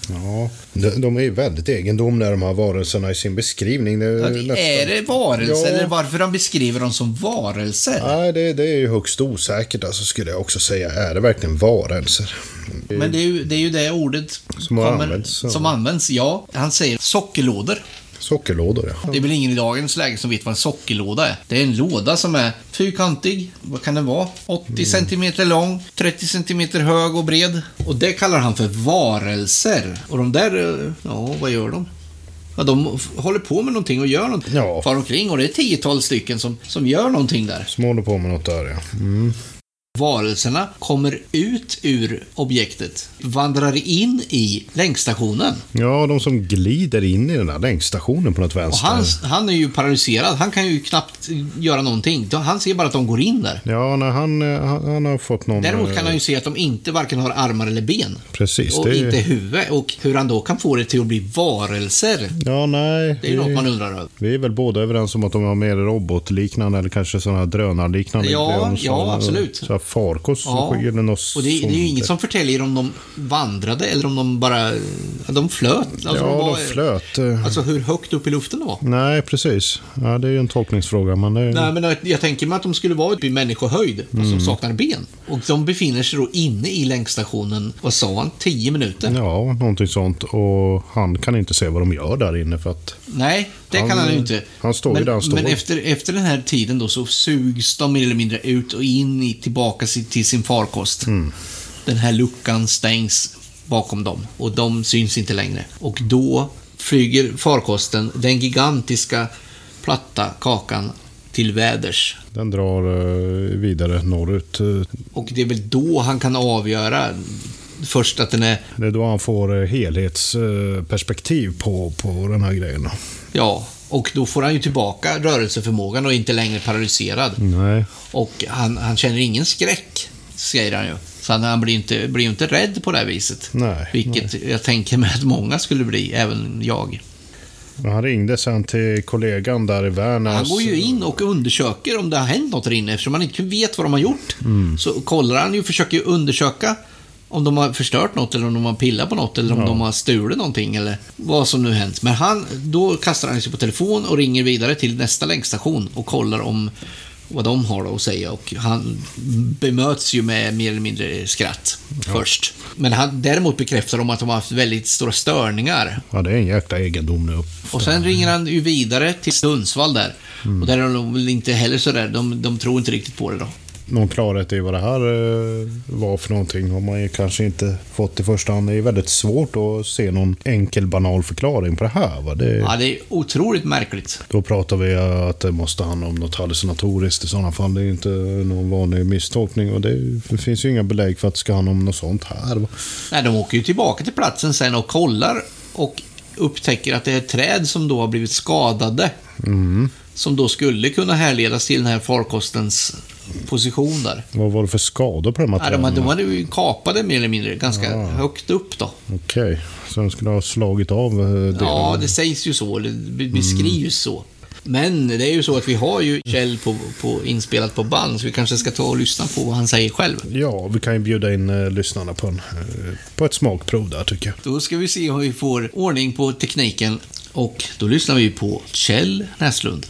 S2: Ja, de, de är ju väldigt egendomliga de här varelserna i sin beskrivning. Det är,
S1: Ja,
S2: nästan...
S1: är det varelser
S2: Ja.
S1: eller varför de beskriver dem som varelser?
S2: Nej, det, det är ju högst osäkert, alltså, skulle jag också säga. Är det verkligen varelser?
S1: Men det är ju det, är ju det ordet
S2: Som används, ja.
S1: som används. Ja, han säger sockerlådor.
S2: Sockerlådor, ja.
S1: Det är väl ingen i dagens läge som vet vad en sockerlåda är. Det är en låda som är fyrkantig. Vad kan den vara? åttio centimeter lång, trettio centimeter hög och bred. Och det kallar han för varelser. Och de där, ja, vad gör de? Ja, de håller på med någonting och gör någonting.
S2: Ja.
S1: Far omkring, och det är tiotal stycken som, som gör någonting där.
S2: Som håller på med något där, ja. Mm.
S1: Varelserna kommer ut ur objektet, vandrar in i länkstationen.
S2: Ja, de som glider in i den här länkstationen på något
S1: Och
S2: vänster.
S1: han, han är ju paralyserad. Han kan ju knappt göra någonting. Han ser bara att de går in där.
S2: Ja, när han, han, han har fått någon...
S1: Däremot kan han ju se att de inte varken har armar eller ben.
S2: Precis.
S1: Och
S2: det är...
S1: inte huvud. Och hur han då kan få det till att bli varelser.
S2: Ja, nej.
S1: Det är ju
S2: vi,
S1: något man undrar över.
S2: Vi är väl båda överens om att de har mer robotliknande eller kanske sådana här drönarliknande.
S1: Ja,
S2: så,
S1: ja, absolut.
S2: Så här farkost.
S1: Ja.
S2: Eller något
S1: Och det, det är ju inget som förtäljer om de vandrade eller om de bara... De flöt. Alltså
S2: ja,
S1: de, var,
S2: de flöt. eh.
S1: Alltså hur högt upp i luften det var.
S2: Nej, precis. Ja, det är ju en tolkningsfråga. Men det är...
S1: Nej, men jag, jag tänker mig att de skulle vara uppe i människohöjd och som saknar ben. Och de befinner sig då inne i länkstationen, vad sa han, tio minuter?
S2: Ja, någonting sånt. Och han kan inte se vad de gör där inne för att...
S1: Nej, det
S2: Han-
S1: kan han ju inte.
S2: han står ju
S1: men,
S2: där han står.
S1: Men efter, efter den här tiden då så sugs de mer eller mindre ut och in i, tillbaka si- till sin farkost.
S2: Mm.
S1: Den här luckan stängs bakom dem och de syns inte längre. Och då flyger farkosten, den gigantiska platta kakan, till väders.
S2: Den drar eh, vidare norrut. eh.
S1: Och det är väl då han kan avgöra först att den är,
S2: Det är då han får eh, helhetsperspektiv på, på den här grejen.
S1: ja, och då får han ju tillbaka rörelseförmågan och är inte längre paralyserad.
S2: Nej.
S1: Och han, han känner ingen skräck, säger han ju. Så han, han blir inte, blir ju inte rädd på det här viset.
S2: Nej.
S1: Vilket jag tänker mig att många skulle bli, även jag.
S2: Men han ringde sen till kollegan där i Värnäs.
S1: Han går ju in och undersöker om det har hänt något där inne. Eftersom han inte vet vad de har gjort.
S2: Mm.
S1: Så kollar han ju och försöker undersöka om de har förstört något eller om de har pillat på något eller om
S2: Ja.
S1: de har stulit någonting eller vad som nu hänt. Men han, då kastar han sig på telefon och ringer vidare till nästa länkstation och kollar om vad de har då att säga. Och han bemöts ju med mer eller mindre skratt först. Men han, däremot bekräftar de att de har haft väldigt stora störningar.
S2: Ja, det är en jäkla egendomlig upp.
S1: Och sen ringer han ju vidare till Sundsvall där.
S2: Mm.
S1: Och där är de väl inte heller så där. De, de tror inte riktigt på det då.
S2: Någon klarhet i vad det här eh, var för någonting har man ju kanske inte fått i första hand. Det är väldigt svårt att se någon enkel banal förklaring på det här. Va? Det,
S1: Ja, det är otroligt märkligt.
S2: Då pratar vi att det måste handla om något hallucinatoriskt i sådana fall. Det är inte någon vanlig misstolkning och det, det finns ju inga belägg för att det ska handla om något sånt här. Va?
S1: Nej, de åker ju tillbaka till platsen sen och kollar och upptäcker att det är träd som då har blivit skadade.
S2: Mm.
S1: Som då skulle kunna härledas till den här farkostens position där.
S2: Vad var det för skador på de här
S1: Ja, de,
S2: träden?
S1: de hade ju kapade mer eller mindre ganska
S2: Ja.
S1: högt upp då.
S2: Okej, så de skulle ha slagit av eh, det.
S1: Ja, det sägs ju så, eller be- beskrivs så. Men det är ju så att vi har ju Kjell på, på, inspelat på band, så vi kanske ska ta och lyssna på vad han säger själv.
S2: Ja, vi kan ju bjuda in eh, lyssnarna på, en, eh, på ett smakprov där tycker jag.
S1: Då ska vi se hur vi får ordning på tekniken och då lyssnar vi på Kjell Näslund.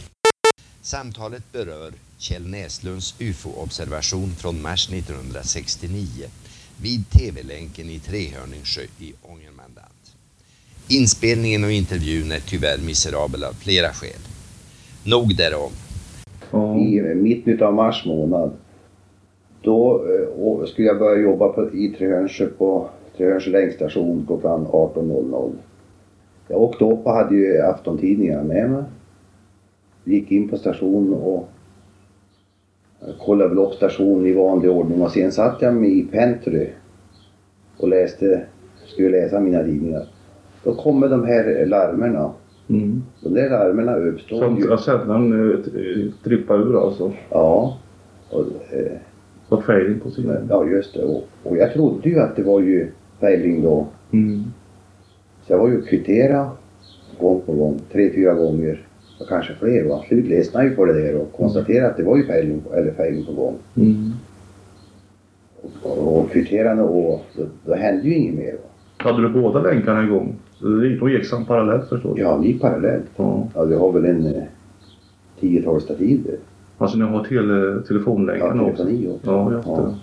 S3: Samtalet berör Kjell Näslunds U F O-observation från mars nittonhundrasextionio vid T V-länken i Trehörningsjö i Ångermanland. Inspelningen och intervjun är tyvärr miserabel av flera skäl. Nog därom.
S4: I mitten av mars månad då eh, skulle jag börja jobba på, i Trehörningsjö på Trehörningsjö länkstation klockan arton noll noll. Jag åkte upp och hade ju aftontidningarna med mig. Gick in på stationen och kollade väl upp stationen i vanlig ordning och sen satt jag mig i Pentry och läste, skulle läsa mina tidningar. Då kommer de här larmerna.
S5: Mm.
S4: De där larmerna uppstår
S5: Som
S4: ju.
S5: jag sändaren uh, trippar ur alltså.
S4: Ja. Och, eh,
S5: Så failing på sidan.
S4: ja just det. Och, och jag trodde ju att det var ju failing då.
S5: Mm.
S4: Så jag var ju kvittera gång på gång, tre, fyra gånger. Och kanske fler. Och slut ledsnade ju på det där och konstaterade att det var ju failing, eller failing på gång.
S5: Mm.
S4: Och, och, och kvitterade och då, då hände ju inget mer. Va?
S5: Hade du båda länkarna igång? Så de gick som parallellt förstås?
S4: Ja, vi gick parallellt.
S5: Ja.
S4: Ja, vi har väl en eh, tiotal stativer.
S5: Alltså ni har tele, telefonlänkarna
S4: Ja,
S5: också?
S4: telefoni också.
S5: Ja, just det.
S4: Ja.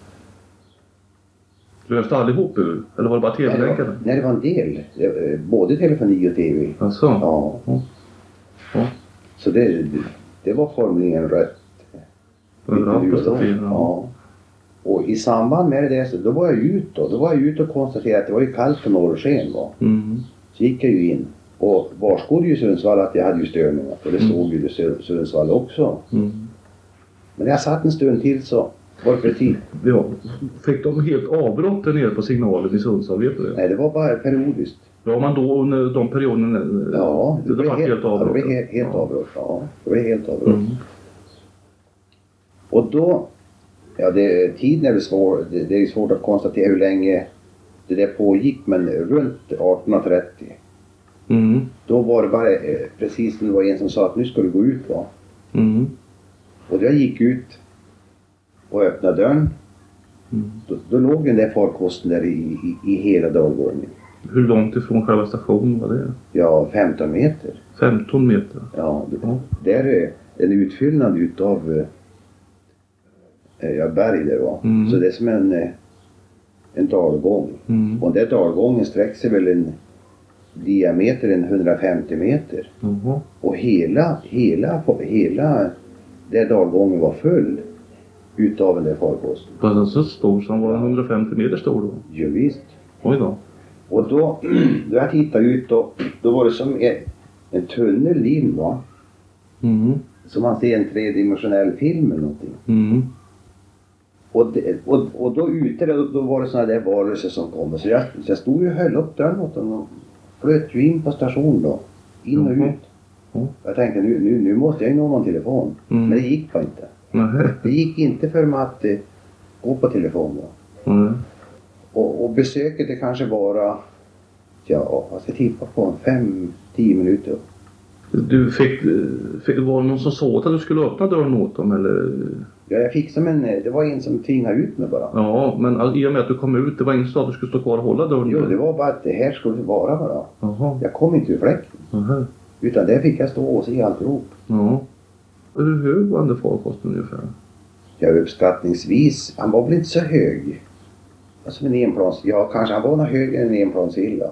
S5: Löste allihop ur? Eller var det bara
S4: Nej, det
S5: tv-länkarna?
S4: var, nej, det var en del. Det, eh, både telefoni och tv.
S5: Alltså.
S4: Ja.
S5: Ja. Ja.
S4: Så det, det, det var formligen rätt.
S5: Överallt på
S4: Ja.
S5: stationen.
S4: Ja. Och i samband med det så då var jag ute då. Då var jag ute och konstaterade att det var ju kallt för norrsken va.
S5: Mm.
S4: Så gick jag ju in. Och varskådde ju Sundsvall att jag hade ju störningar. Och det
S5: Mm.
S4: såg ju det Sundsvall också.
S5: Mm.
S4: Men när jag satt en stund till så var det precis.
S5: Ja. Fick de helt avbrott där nere på signalen i Sundsvall? Vet du det?
S4: Nej, det var bara periodiskt.
S5: Var man då under de perioderna?
S4: Ja, det,
S5: det
S4: blev
S5: var
S4: helt,
S5: helt
S4: ja, det
S5: avbrott.
S4: blev helt, helt
S5: Ja.
S4: avbrott. Ja, det blev helt avbrott.
S5: Mm.
S4: Och då, ja det, tiden är väl svår, det, det är svårt att konstatera hur länge det där pågick, men runt arton trettio.
S5: Mm.
S4: Då var det bara eh, precis som det var en som sa att nu ska du gå ut va.
S5: Mm.
S4: Och då jag gick ut och öppnade dörren,
S5: Mm.
S4: då, då låg den där farkosten där i, i, i hela dagordningen.
S5: Hur långt ifrån själva stationen var det?
S4: Ja, femton meter.
S5: femton meter.
S4: Ja, det,
S5: Ja.
S4: där är en utfyllnad utav eh, ja, berg där va.
S5: Mm.
S4: Så det är som en, eh, en dalgång.
S5: Mm.
S4: Och den där dalgången sträcker sig väl en diameter en hundrafemtio meter.
S5: Jaha.
S4: Och hela, hela, hela den dalgången var full utav den där farkosten.
S5: Var den så stor som var hundrafemtio meter stor då?
S4: Jo, visst.
S5: Oj då.
S4: Och då, då jag tittade ut då, då var det som en, en tunnel in va.
S5: Mm.
S4: Som man ser en tredimensionell film eller någonting.
S5: Mm.
S4: Och, det, och, och då ute då, då var det såna där varelser som kom. Så jag, så jag stod ju och höll upp dörren åt dem och flöt ju in på station då. In och
S5: Jaha.
S4: ut.
S5: Ja.
S4: Jag tänkte nu, nu, nu måste jag ju nå någon telefon.
S5: Mm.
S4: Men det gick bara inte.
S5: Nej.
S4: Det gick inte för mig att eh, gå på telefon då.
S5: Nej.
S4: Och, och besöket det kanske bara, ja vad ska jag tippa på, fem, tio minuter.
S5: Du fick, fick, var det någon som sa att du skulle öppna dörren åt dem eller?
S4: Ja, jag fick som en, det var en som tvingade ut mig bara.
S5: Ja, men all- i och med att du kom ut, det var ingen som sa att du skulle stå kvar och hålla dörren?
S4: Jo, det var bara att det här skulle vara bara.
S5: Jaha.
S4: Jag kom inte ur fläkten.
S5: Jaha.
S4: Utan där fick jag stå och se alltihop.
S5: Ja. Hur hög var den där farkosten ungefär?
S4: Ja, uppskattningsvis, han var väl inte så hög. Alltså en enplans, ja kanske han var nog högre än en enplansvilla.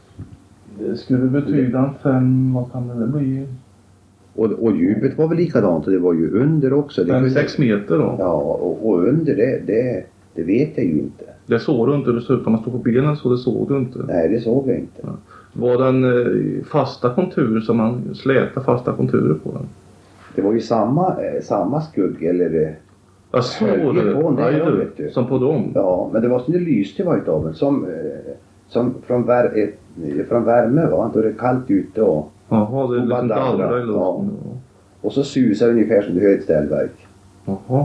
S5: Det skulle betyda en fem, vad kan det bli?
S4: Och, och djupet var väl likadant och det var ju under också. Det
S5: Fem,
S4: kunde-
S5: sex meter då?
S4: Ja, och, och under det, det, det vet jag ju inte.
S5: Det såg du inte, dessutom man stod på benen så det såg du inte.
S4: Nej, det såg jag inte.
S5: Var den eh, fasta konturer som man släta fasta konturer på den?
S4: Det var ju samma, eh, samma skugg eller... eh,
S5: Jag såg
S4: Höll ju på
S5: det,
S4: där,
S5: nej, du,
S4: vet du.
S5: som på dem.
S4: Ja, men det var som det lyste var utav en. Som, eh, som från, vär, eh, från värme va, då är det kallt ute och...
S5: Jaha, det är
S4: Och
S5: liksom
S4: bara
S5: dallrar i
S4: dallrar,
S5: luften.
S4: Och så susar det ungefär som det hör ett ställverk.
S5: Jaha.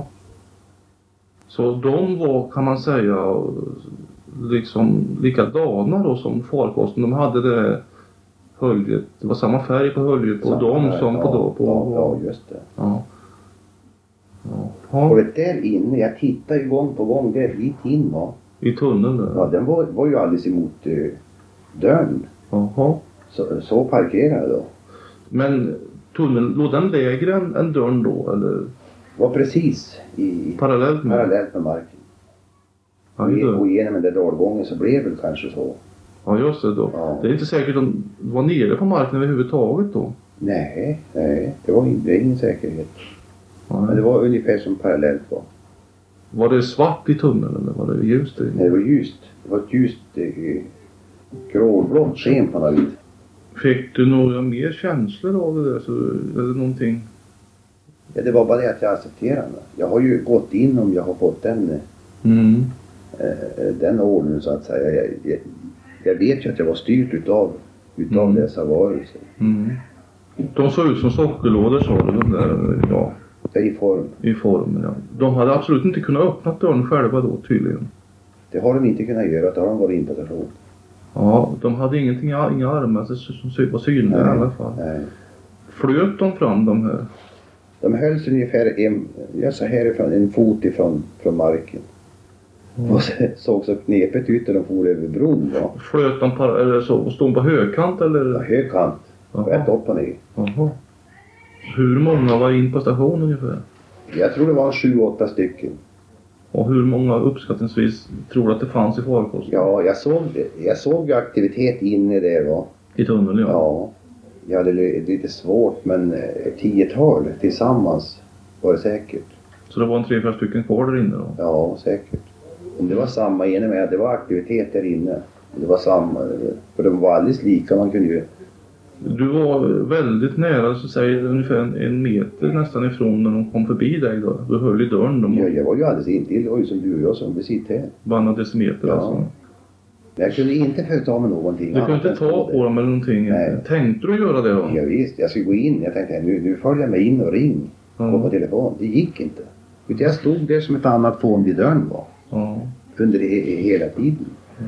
S5: Så de var, kan man säga, liksom likadana då som farkosten. De hade det höljet, det var samma färg på höljet på
S4: Samma
S5: dem
S4: här,
S5: som
S4: ja,
S5: på då på...
S4: Ja, ja, just det.
S5: Ja.
S4: Och
S5: Ja.
S4: det där inne, jag tittar ju gång på gång, det är lite in va.
S5: I tunneln där.
S4: Ja, den var, var ju alldeles emot eh, dörren.
S5: Jaha.
S4: Så, så parkerade jag då.
S5: Men tunneln, låg den lägre än, än dörren då? Eller
S4: Var precis i
S5: parallellt med?
S4: parallellt med marken.
S5: Ja,
S4: Och,
S5: just
S4: ge- och
S5: det.
S4: genom den där dalgången så blev det väl kanske så.
S5: Ja, just det då.
S4: Ja.
S5: Det är inte säkert att de var nere på marken överhuvudtaget då.
S4: Nej, nej, det var inte, det är ingen säkerhet. Men det
S5: Nej.
S4: var ungefär som parallellt var.
S5: Var det svart i tunneln eller var det ljust i?
S4: Nej, det var ljust. Det var ett ljust eh, gråblått sken på något vis.
S5: Fick du några mer känslor av det där? Så, eller någonting?
S4: Ja, det var bara det att jag accepterade det. Jag har ju gått in om jag har fått den,
S5: Mm.
S4: eh, den ordningen så att säga. Jag, jag, jag vet ju att jag var styrt utav, utav
S5: Mm.
S4: dessa varelser.
S5: Mm. De såg ut som sockerlådor sa du, de där, ja,
S4: I form.
S5: i formen. Ja. De hade absolut inte kunnat öppna dörren själva då tydligen.
S4: Det har de inte kunnat göra, det har de varit in på station.
S5: Ja, de hade ingenting, inga armar som sy- var synliga i alla fall.
S4: Nej.
S5: Flöt de fram de här?
S4: De hölls ungefär en, ja, så härifrån, en fot ifrån från marken.
S5: Mm.
S4: Och det såg så knepet ut när de for över bron. Va?
S5: Flöt de på, eller så, stod de på högkant eller?
S4: Ja, högkant. Rätt upp och ner.
S5: Jaha. Hur många var in på stationen ungefär?
S4: Jag tror det var sju, åtta stycken.
S5: Och hur många uppskattningsvis tror du att det fanns i farkosten?
S4: Ja, jag såg, jag såg ju aktivitet inne där. Va?
S5: I tunneln, ja.
S4: Ja. Jag hade lite svårt, men ett tiotal tillsammans var det säkert.
S5: Så det var en tre, fyra stycken kvar där inne då?
S4: Ja, säkert. Om det var samma inne med, det var aktivitet där inne. Det var samma, för de var alldeles lika, man kunde ju...
S5: Du var väldigt nära, så säger ungefär en, en meter nästan ifrån när de kom förbi dig då. Du höll i dörren. De
S4: Ja, jag var ju alldeles intill, det var ju som du och jag som besitt här.
S5: Bara några decimeter
S4: Ja.
S5: alltså.
S4: Men jag kunde inte förta med någonting.
S5: Du kunde inte ta på dem eller någonting?
S4: Nej.
S5: Tänkte du göra det då?
S4: Ja, visst, jag skulle gå in. Jag tänkte, nu, nu följer jag mig in och ring.
S5: Ja.
S4: Gå på telefon. Det gick inte. Utan jag stod där som ett annat fån vid dörren var.
S5: Ja.
S4: Under he- hela tiden.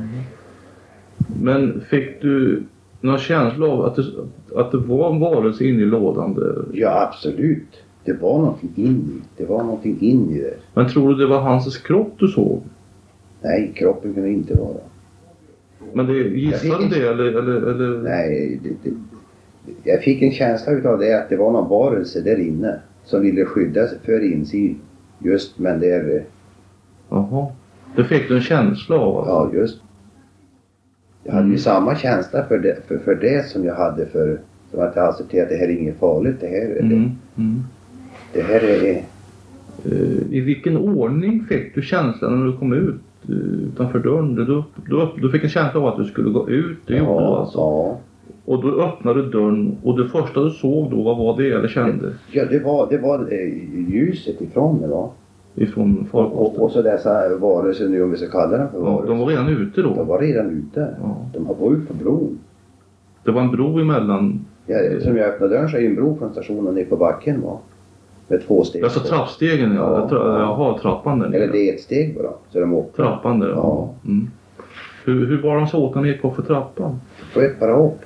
S5: Men fick du någon känsla av att det, att det var en varelse inne i lådan där?
S4: Ja, absolut. Det var någonting in i. Det var någonting in i det.
S5: Men tror du det var hans kropp du såg?
S4: Nej, kroppen kunde inte vara.
S5: Men det, gissade du det eller, eller, eller?
S4: Nej, det, det, jag fick en känsla utav det att det var någon varelse där inne som ville skydda sig för insyn. Just, men det är...
S5: Jaha. Det fick du en känsla av alltså?
S4: Ja, just. Jag hade ju samma känsla för det, för, för det som jag hade för... Som att jag accepterade att det här är inget farligt. Det här, är
S5: Mm.
S4: det,
S5: Mm.
S4: det här är...
S5: Uh, I vilken ordning fick du känslan när du kom ut uh, utanför dörren? Du, du, du, du fick en känsla av att du skulle gå ut, det gjorde du alltså.
S4: Ja.
S5: Och du öppnade dörren och det första du såg då, vad var det eller kände?
S4: Ja, det var, det var eh, ljuset ifrån det va.
S5: Ifrån
S4: Och,
S5: farkosten?
S4: och så dessa varelser nu, om vi ska kalla dem för
S5: Ja,
S4: varelser.
S5: de var redan ute då?
S4: De var redan ute.
S5: Ja.
S4: De har var ute på bron.
S5: Det var en bro emellan?
S4: Ja, som jag öppnade dörren så är ju en bro från stationen ner på backen va. Med två steg.
S5: Alltså trappstegen, ja.
S4: Ja.
S5: Jag tror- Jaha, trappan där nere.
S4: Eller det är ett steg bara. Så de åkte.
S5: Trappan där, ja.
S4: Ja.
S5: Mm. Hur, hur var de så åt när de gick upp för trappan?
S4: Sköt bara upp.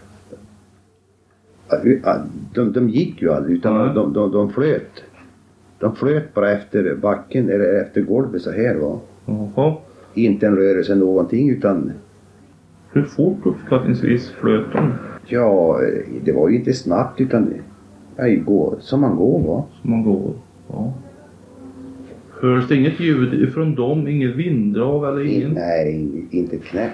S4: De, de gick ju aldrig utan
S5: Nej.
S4: de, de, de flöt. De flöt bara efter backen eller efter golvet så här va.
S5: Jaha.
S4: Inte en rörelse någonting utan
S5: Hur fort uppskattningsvis flöt de?
S4: ja, det var ju inte snabbt utan ja, gå, som man går va.
S5: Som man går? Ja. Hörs det inget ljud ifrån dem? Inget vinddrag eller ingen?
S4: Nej, inte ett knäpp.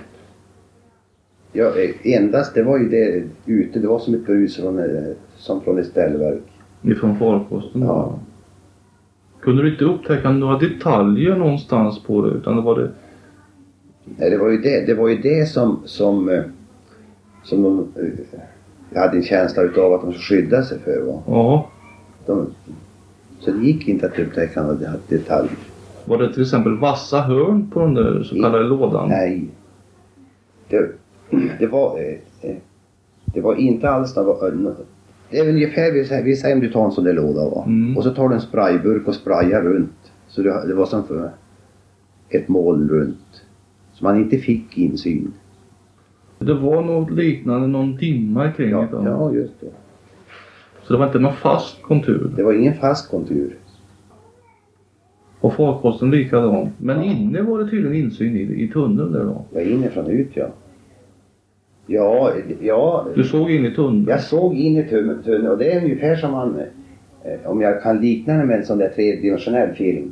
S4: Ja, endast det var ju det ute, det var som ett brus från, som från ett ställverk.
S5: Ifrån farkosten?
S4: Ja.
S5: Kunde du inte upptäcka några detaljer någonstans på det? Utan det var det...
S4: Nej, det var ju det, det var ju det som, som, eh, som de, eh, jag hade en känsla utav att de skulle skydda sig för va.
S5: Ja.
S4: De, så det gick inte att upptäcka några detaljer.
S5: Var det till exempel vassa hörn på den där så kallade lådan?
S4: Nej. Det, det var eh, eh, det var inte alls några, det är ungefär, vi säger, vi säger om du tar en sån där låda va.
S5: Mm.
S4: Och så tar du en sprayburk och sprayar runt. Så det, det var som för ett moln runt. Så man inte fick insyn.
S5: Det var något liknande, någon dimma kring
S4: Ja,
S5: det.
S4: ja, just det.
S5: Så det var inte någon fast kontur.
S4: Det var ingen fast kontur.
S5: Och farkosten likadant. Men inne var det tydligen insyn i, i tunneln där då.
S4: Jag var inifrån ut, ja. Ja, ja.
S5: Du såg in i tunneln?
S4: Jag såg in i tunneln och det är ungefär som man, eh, om jag kan likna det med en sån där tredimensionell film.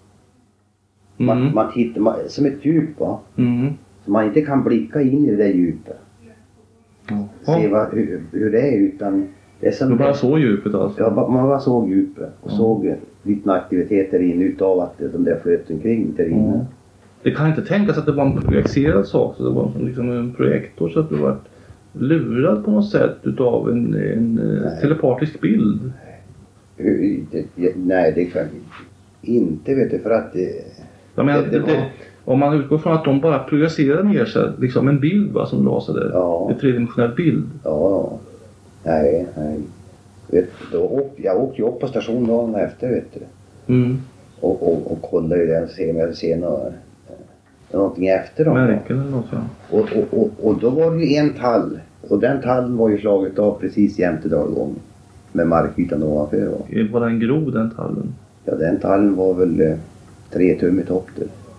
S4: Man,
S5: Mm.
S4: man tittar, man, som ett djup va.
S5: Mm.
S4: Så man inte kan blicka in i det där djupet.
S5: Ja.
S4: Se vad, hur, hur det är utan det är som...
S5: Du bara såg djupet alltså?
S4: Ja, ba- man bara såg djupet och
S5: Ja.
S4: såg eh, lite aktiviteter in utav att de där flöt omkring där inne.
S5: Ja. Det kan inte tänkas att det var en projicerad sak. Så det var som liksom en projektor så att du var lurad på något sätt utav en, en
S4: Nej.
S5: telepatisk bild.
S4: Hur, det, ja, nej, det kan inte vet du för att det...
S5: Jag menar,
S4: Det- det
S5: det,
S4: var-
S5: om man utgår från att de bara projicerade ner sig, liksom en bild va, som la sig där.
S4: Ja.
S5: En tredimensionell bild.
S4: Ja, nej, nej. Vet, då åk, jag åkte ju upp på stationen dagen efter vet du.
S5: Mm.
S4: Och, och, och kollade ju den och se om jag ser något, eh, någonting efter dem.
S5: Märken eller något ja.
S4: Och, och, och, och då var det ju en tall. Och den tallen var ju slaget av precis jämte dalgången. Med markytan ovanför. Va?
S5: Var den grov den tallen?
S4: Ja, den tallen var väl eh, tre tum i topp där.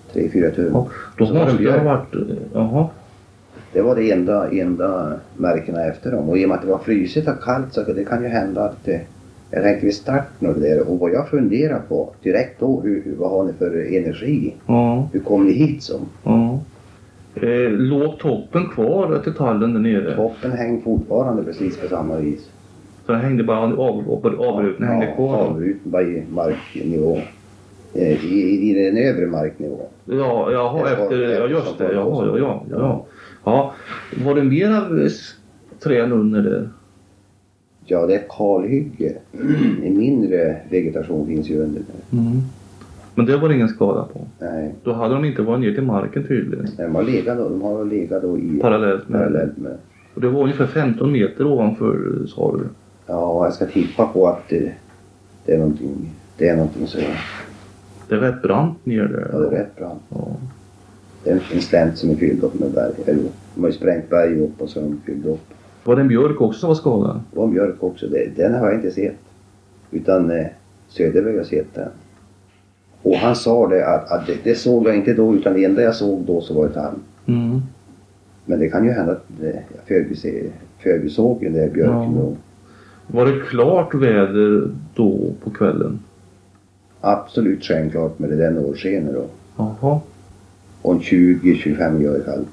S4: tre fyra tum.
S5: Ja, då
S4: Så var
S5: måste
S4: det
S5: det ha
S4: björk.
S5: varit... Jaha.
S4: Det var det enda, enda märkena efter dem. Och i och med att det var frysigt och kallt så det kan ju hända att det, jag tänkte vid starten och det där. Och vad jag funderar på direkt då, hur, hur, vad har ni för energi?
S5: Ja.
S4: Hur kom ni hit som?
S5: Ja. Eh, låg toppen kvar till tallen där nere?
S4: Toppen hänger fortfarande precis på samma vis.
S5: Så den hängde bara av, av, avbruten,
S4: Ja,
S5: hängde kvar?
S4: avbruten bara i marknivå. Eh, I, i, i den övre marknivå.
S5: Ja, jaha,
S4: Det var-
S5: efter...
S4: det
S5: Ja,
S4: var
S5: just
S4: som
S5: det.
S4: var-
S5: Jaha, ja, ja, ja. Ja. Var det mera eh, träd under där?
S4: Ja, det är ett kalhygge. En mindre vegetation finns ju under det.
S5: Mm. Men det var det ingen skada på?
S4: Nej,
S5: Då hade de inte varit ner till marken tydligen?
S4: de har legat då, de har legat då i
S5: Parallellt med...
S4: parallellt med.
S5: Och det var ungefär femton meter ovanför, sa du?
S4: Ja, jag ska tippa på att det, det är någonting, det är någonting så.
S5: Det är rätt brant ner där.
S4: Ja, det är rätt bra.
S5: Ja.
S4: Det är en slänt som är fylld upp med berg. Eller, de har ju sprängt berg upp och så har de fyllt upp.
S5: Var det en björk också som var skadad?
S4: Och mjölk också, det, den har jag inte sett. Utan eh, Söderberg har sett den. Och han sa det att, att det, det såg jag inte då, utan det enda jag såg då så var det han.
S5: Mm.
S4: Men det kan ju hända att det, jag förbise, förbisåg den där björken
S5: Ja.
S4: då.
S5: Var det klart väder då på kvällen?
S4: Absolut stjärnklart med det där norrskenet då.
S5: Jaha.
S4: Och en tjugo till tjugofem grader kallt.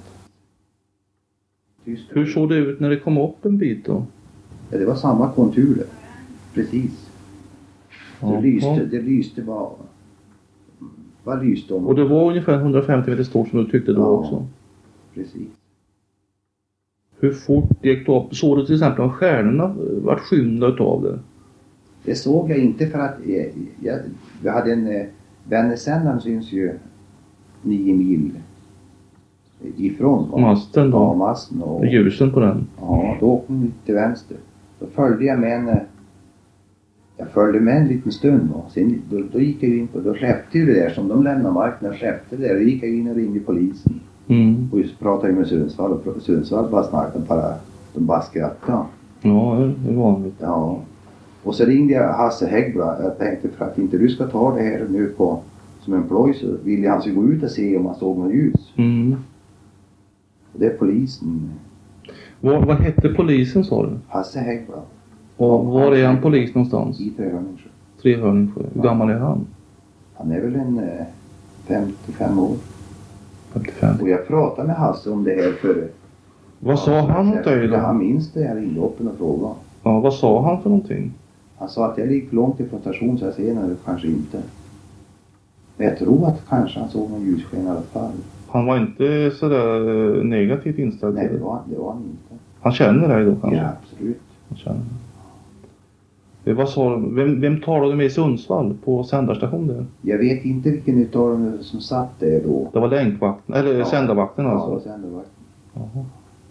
S5: Hur såg det ut när det kom upp en bit då?
S4: Ja, det var samma konturer. Precis. Det
S5: Jaha.
S4: lyste, det lyste bara. Vad lyste om?
S5: Och det var ungefär hundrafemtio meter stort som du tyckte då
S4: Ja.
S5: också?
S4: Precis.
S5: Hur fort gick det upp? Såg du till exempel om stjärnorna vart skymda utav det?
S4: Det såg jag inte för att jag, jag, vi hade en eh, Vännässändaren syns ju nio mil ifrån. va?
S5: Masten då?
S4: Ja, masten. Och,
S5: Ljusen på den?
S4: ja, då åkte den till vänster. Då följde jag med en, eh, jag följde med en liten stund. Va? Sen, då, då gick jag in på, då släppte ju det där som de lämnade marknaden, släppte det där. Då gick jag in och ringde polisen.
S5: Mm.
S4: Och just pratade med Sundsvall och Sundsvall bara snackade, bara, de bara skrattade.
S5: Ja, det är vanligt.
S4: Ja. Och så ringde jag Hasse Häggblad. Jag tänkte för att inte du ska ta det här nu på som en ploj så ville han sig gå ut och se om han såg något ljus.
S5: Mm.
S4: Och det är polisen,
S5: Vad, vad hette polisen sa du?
S4: Hasse Häggblad.
S5: Och var är han polis någonstans?
S4: I Trehörningsjö.
S5: Trehörningsjö. Hur gammal är han?
S4: Han är väl en eh, femtiofem år.
S5: femtiofem.
S4: Och jag pratade med Hasse om det här för...
S5: Vad sa han åt dig
S4: Ja, han
S5: då?
S4: minns det. Jag ringde upp och frågade.
S5: Ja, vad sa han för någonting?
S4: Han sa att jag ligger för långt ifrån station så jag ser när det kanske inte. Men jag tror att kanske han såg någon ljussken i alla fall.
S5: Han var inte sådär negativt inställd
S4: Nej,
S5: till
S4: det
S5: det.
S4: var, det var han inte.
S5: Han känner dig då kanske?
S4: Ja, absolut.
S5: Han känner. Eh, Vad sa du? Vem, vem talade du med i Sundsvall på sändarstationen?
S4: Jag vet inte vilken utav dem som satt där då.
S5: Det var länkvakten, eller
S4: Ja.
S5: sändarvakten
S4: Ja, det
S5: alltså?
S4: var sändarvakten.
S5: Jaha.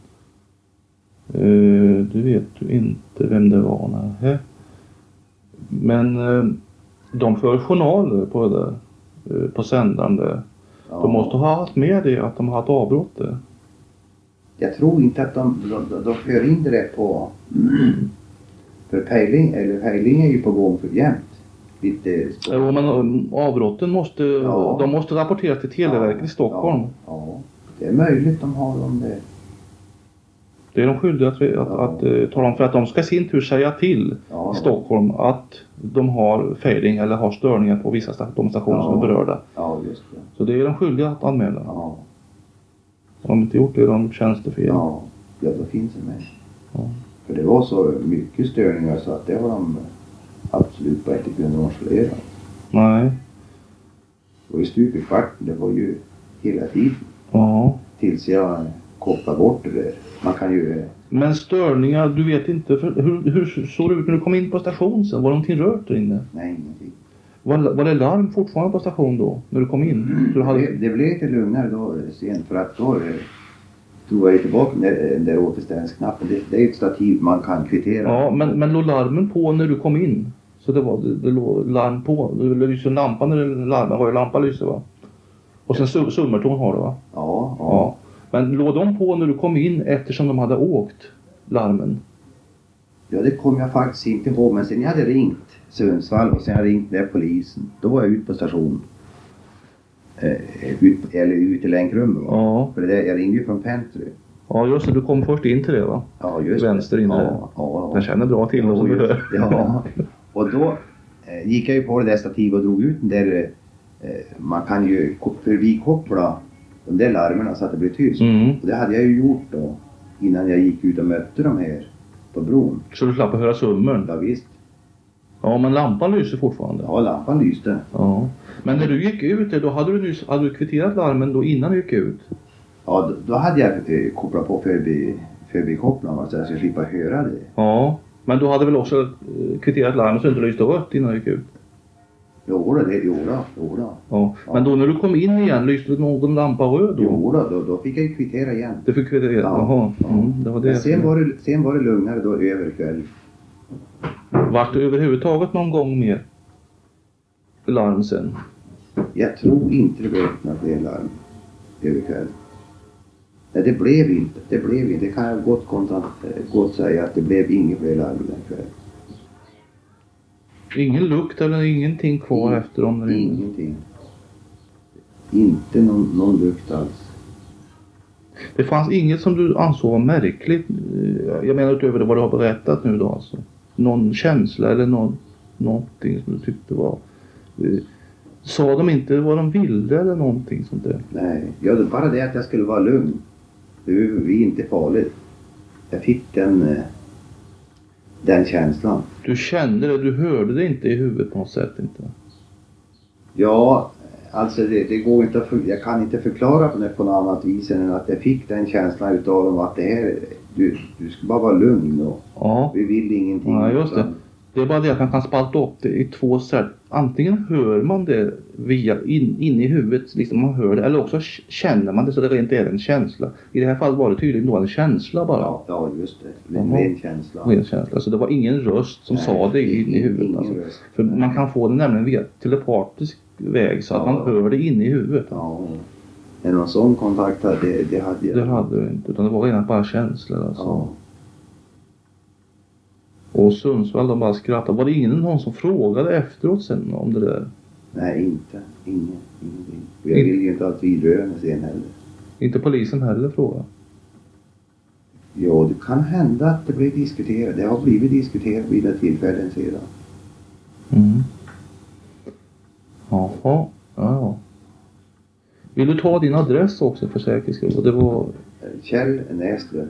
S5: Eh, du vet ju inte vem det var, nej. Men eh, de för journaler på det där, eh, på sändaren där.
S4: Ja.
S5: De måste ha haft med det att de har haft avbrott det.
S4: Jag tror inte att de, de, de för in det på... För pejling, eller pejling är ju på gång för jämt. Lite...
S5: Jo, men eh, avbrotten måste,
S4: Ja.
S5: de måste rapporteras till Televerket i Stockholm.
S4: Ja, ja, det är möjligt de har dem det.
S5: Det är de skyldiga att, att,
S4: Ja.
S5: att, eh, tala om, för att de ska i sin tur säga till
S4: Ja.
S5: i Stockholm att de har failing eller har störningar på vissa sta- de stationer
S4: Ja.
S5: som är berörda.
S4: Ja, just det.
S5: Så det är de skyldiga att anmäla.
S4: Ja,
S5: Om de inte gjort det, de tjänstefel.
S4: ja, ja då finns det med.
S5: Ja.
S4: För det var så mycket störningar så att det var de absolut bara inte kunde nonchalera.
S5: Nej.
S4: Och i stup i kvarten, det var ju hela tiden.
S5: Ja.
S4: Tills jag kopplade bort det där. Man kan ju...
S5: Men störningar, du vet inte, för, hur, hur såg det ut när du kom in på stationen sen? Var det någonting rört där inne?
S4: Nej, ingenting.
S5: Var, var det larm fortfarande på station då, när du kom in? Så du
S4: Det,
S5: hade...
S4: det blev lite lugnare då sen för att då eh, tog jag tillbaka den där, den där återställningsknappen. Det, det är ett stativ man kan kvittera.
S5: Ja, men, men låg larmen på när du kom in? Så det var, det, det låg larm på? Du lyser lampan när det larmar, har ju lampa lyser va? Och sen sum, summerton har du va?
S4: Ja, ja.
S5: Ja. Men låg de på när du kom in eftersom de hade åkt larmen?
S4: Ja, det kommer jag faktiskt inte ihåg. Men sen jag hade ringt Sundsvall och sen jag ringt där polisen. Då var jag ute på stationen. eh, ut, eller ut i länkrummet.
S5: Ja.
S4: För det där, jag ringde ju från Pentry.
S5: Ja, just det. Du kom först in till det, va?
S4: Ja, just
S5: Vänster
S4: det.
S5: inne.
S4: Ja, ja, ja.
S5: Jag känner bra till dem som du hör.
S4: Ja, och då eh, gick jag ju på det där stativet och drog ut den där. Eh, man kan ju förbikoppla de där larmerna så att det blir tyst.
S5: Mm.
S4: Och det hade jag ju gjort då innan jag gick ut och mötte de här på bron.
S5: Så du slapp att höra summen?
S4: Ja, visst.
S5: Ja, men lampan lyser fortfarande.
S4: Ja, lampan lyste.
S5: Ja. Men när du gick ut, då hade du, nyss, hade du kvitterat larmen då innan du gick ut?
S4: Ja, då, då hade jag eh, kopplat på förbi, förbikopplarna så jag skulle slippa höra det.
S5: Ja, men du hade väl också eh, kvitterat larmen så inte lyste rött innan du gick ut?
S4: Jo då, det, jo då, jo då.
S5: Ja.
S4: Ja.
S5: Men då när du kom in igen, lyste någon lampa röd då?
S4: Jo då, då, då fick jag ju kvittera igen.
S5: Du fick kvittera?
S4: Ja.
S5: Jaha,
S4: Ja.
S5: mm, det var det.
S4: Men sen var det, sen var det lugnare då över kväll.
S5: Vart det överhuvudtaget någon gång mer larm sen?
S4: Jag tror inte det blev öppnat fler larm över kväll. Nej, det blev inte. Det blev inte. Det kan jag gott, kontant, gott säga att det blev inget fler larm den kväll.
S5: Ingen lukt eller ingenting kvar
S4: In,
S5: efter dem där inne?
S4: Ingenting. Inte någon, någon lukt alls.
S5: Det fanns inget som du ansåg var märkligt? Jag menar utöver det vad du har berättat nu då alltså. Någon känsla eller någon, någonting som du tyckte var... Eh, sa de inte vad de ville eller någonting sånt där?
S4: Nej, ja, det bara det att jag skulle vara lugn. Det är inte farligt. Jag fick den, eh, den känslan.
S5: Du kände det, du hörde det inte i huvudet på något sätt inte?
S4: Ja, alltså det, det går inte att för, jag kan inte förklara på, på något annat vis än att jag fick den känslan utav dem att det här, du, du ska bara vara lugn och
S5: Ja.
S4: vi vill ingenting.
S5: Ja, just det.
S4: utan-
S5: Det är bara det att man kan spalta upp det i två sätt. Antingen hör man det via in, in i huvudet, liksom man hör det, eller också känner man det så det rent är en känsla. I det här fallet var det tydligen då en känsla bara.
S4: Ja, ja, just det. En
S5: Jaha.
S4: ren känsla.
S5: Ren känsla. Så det var ingen röst som
S4: Nej,
S5: sa det in i
S4: ingen-
S5: huvudet.
S4: ingen
S5: Alltså.
S4: röst.
S5: För
S4: Nej.
S5: man kan få det nämligen via telepatisk väg så att
S4: Ja.
S5: man hör det in i huvudet.
S4: Ja, men någon sån kontakt det, det hade jag.
S5: Det hade du inte, utan det var redan bara känslor. Alltså.
S4: Ja.
S5: Och Sundsvall, de bara skrattade. Var det ingen någon som frågade efteråt sen om det där?
S4: Nej, inte. Ingen. Ingenting. Och jag vill ju inte att vidröra mig sen heller.
S5: Inte polisen heller frågade?
S4: Ja, det kan hända att det blir diskuterat. Det har blivit diskuterat vid några tillfällen sedan.
S5: Mm. Jaha, ja, ja. Vill du ta din adress också för säkerhets skull? Det var...
S4: Kjell Näslund.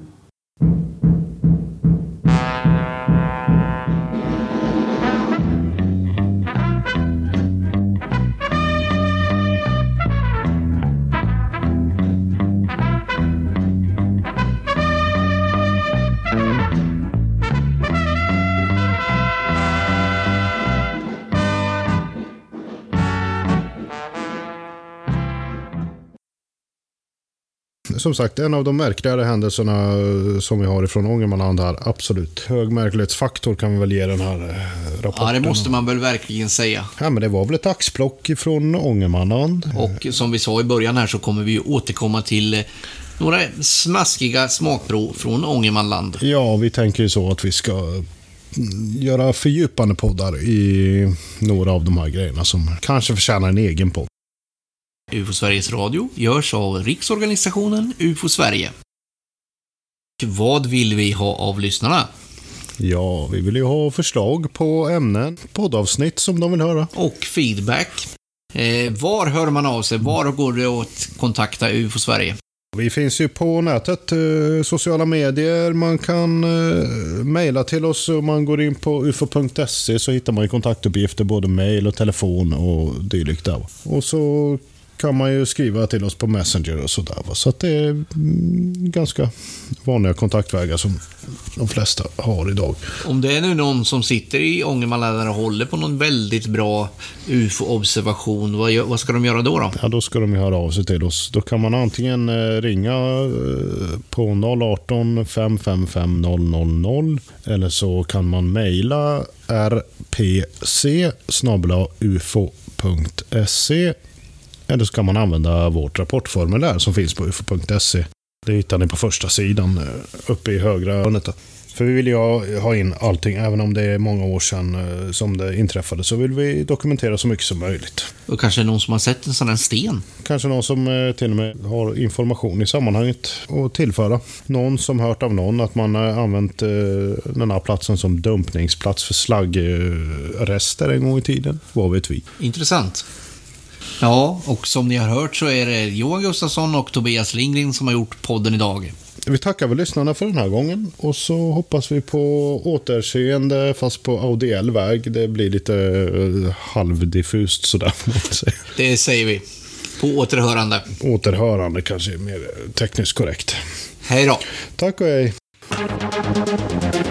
S2: Som sagt, en av de märkligare händelserna som vi har ifrån Ångermanland här. Absolut. Hög märklighetsfaktor kan vi väl ge den här eh, rapporten.
S1: Ja, det måste man väl verkligen säga.
S2: Ja, men det var väl ett axplock ifrån Ångermanland.
S1: Och som vi sa i början här så kommer vi återkomma till eh, några smaskiga smakprov från Ångermanland.
S2: Ja, vi tänker ju så att vi ska mm, göra fördjupande poddar i några av de här grejerna som kanske förtjänar en egen podd.
S1: U F O Sveriges Radio görs av Riksorganisationen U F O Sverige. Vad vill vi ha av lyssnarna?
S2: Ja, vi vill ju ha förslag på ämnen, poddavsnitt som de vill höra.
S1: Och feedback. Eh, var hör man av sig? Var går det att kontakta U F O Sverige?
S2: Vi finns ju på nätet, eh, sociala medier, man kan eh, mejla till oss om man går in på ufo punkt se så hittar man ju kontaktuppgifter, både mejl och telefon och dylikt där. Och så kan man ju skriva till oss på Messenger och sådär. Så att det är mm, ganska vanliga kontaktvägar som de flesta har idag.
S1: Om det är nu någon som sitter i Ångermanland och håller på någon väldigt bra U F O-observation, vad, gör, vad ska de göra då då?
S2: Ja, då ska de ju höra av sig till oss. Då kan man antingen eh, ringa eh, på noll ett åtta fem fem fem noll noll noll eller så kan man mejla r p c snabel-a ufo punkt se eller så kan man använda vårt rapportformulär som finns på ufo punkt se. Det hittar ni på första sidan uppe i högra hörnet. För vi vill ju ha, ha in allting, även om det är många år sedan eh, som det inträffade, så vill vi dokumentera så mycket som möjligt.
S1: Och kanske någon som har sett en sån här sten.
S2: Kanske någon som eh, till och med har information i sammanhanget och tillföra. Någon som hört av någon att man har använt eh, den här platsen som dumpningsplats för slaggrester en gång i tiden. Vad vet vi?
S1: Intressant. Ja, och som ni har hört så är det Johan Gustafsson och Tobias Lindgren som har gjort podden idag.
S2: Vi tackar väl lyssnarna för den här gången och så hoppas vi på återseende fast på audiell väg. Det blir lite uh, halvdiffust sådär.
S1: Det säger vi. På återhörande.
S2: Återhörande kanske är mer tekniskt korrekt.
S1: Hej då.
S2: Tack och hej.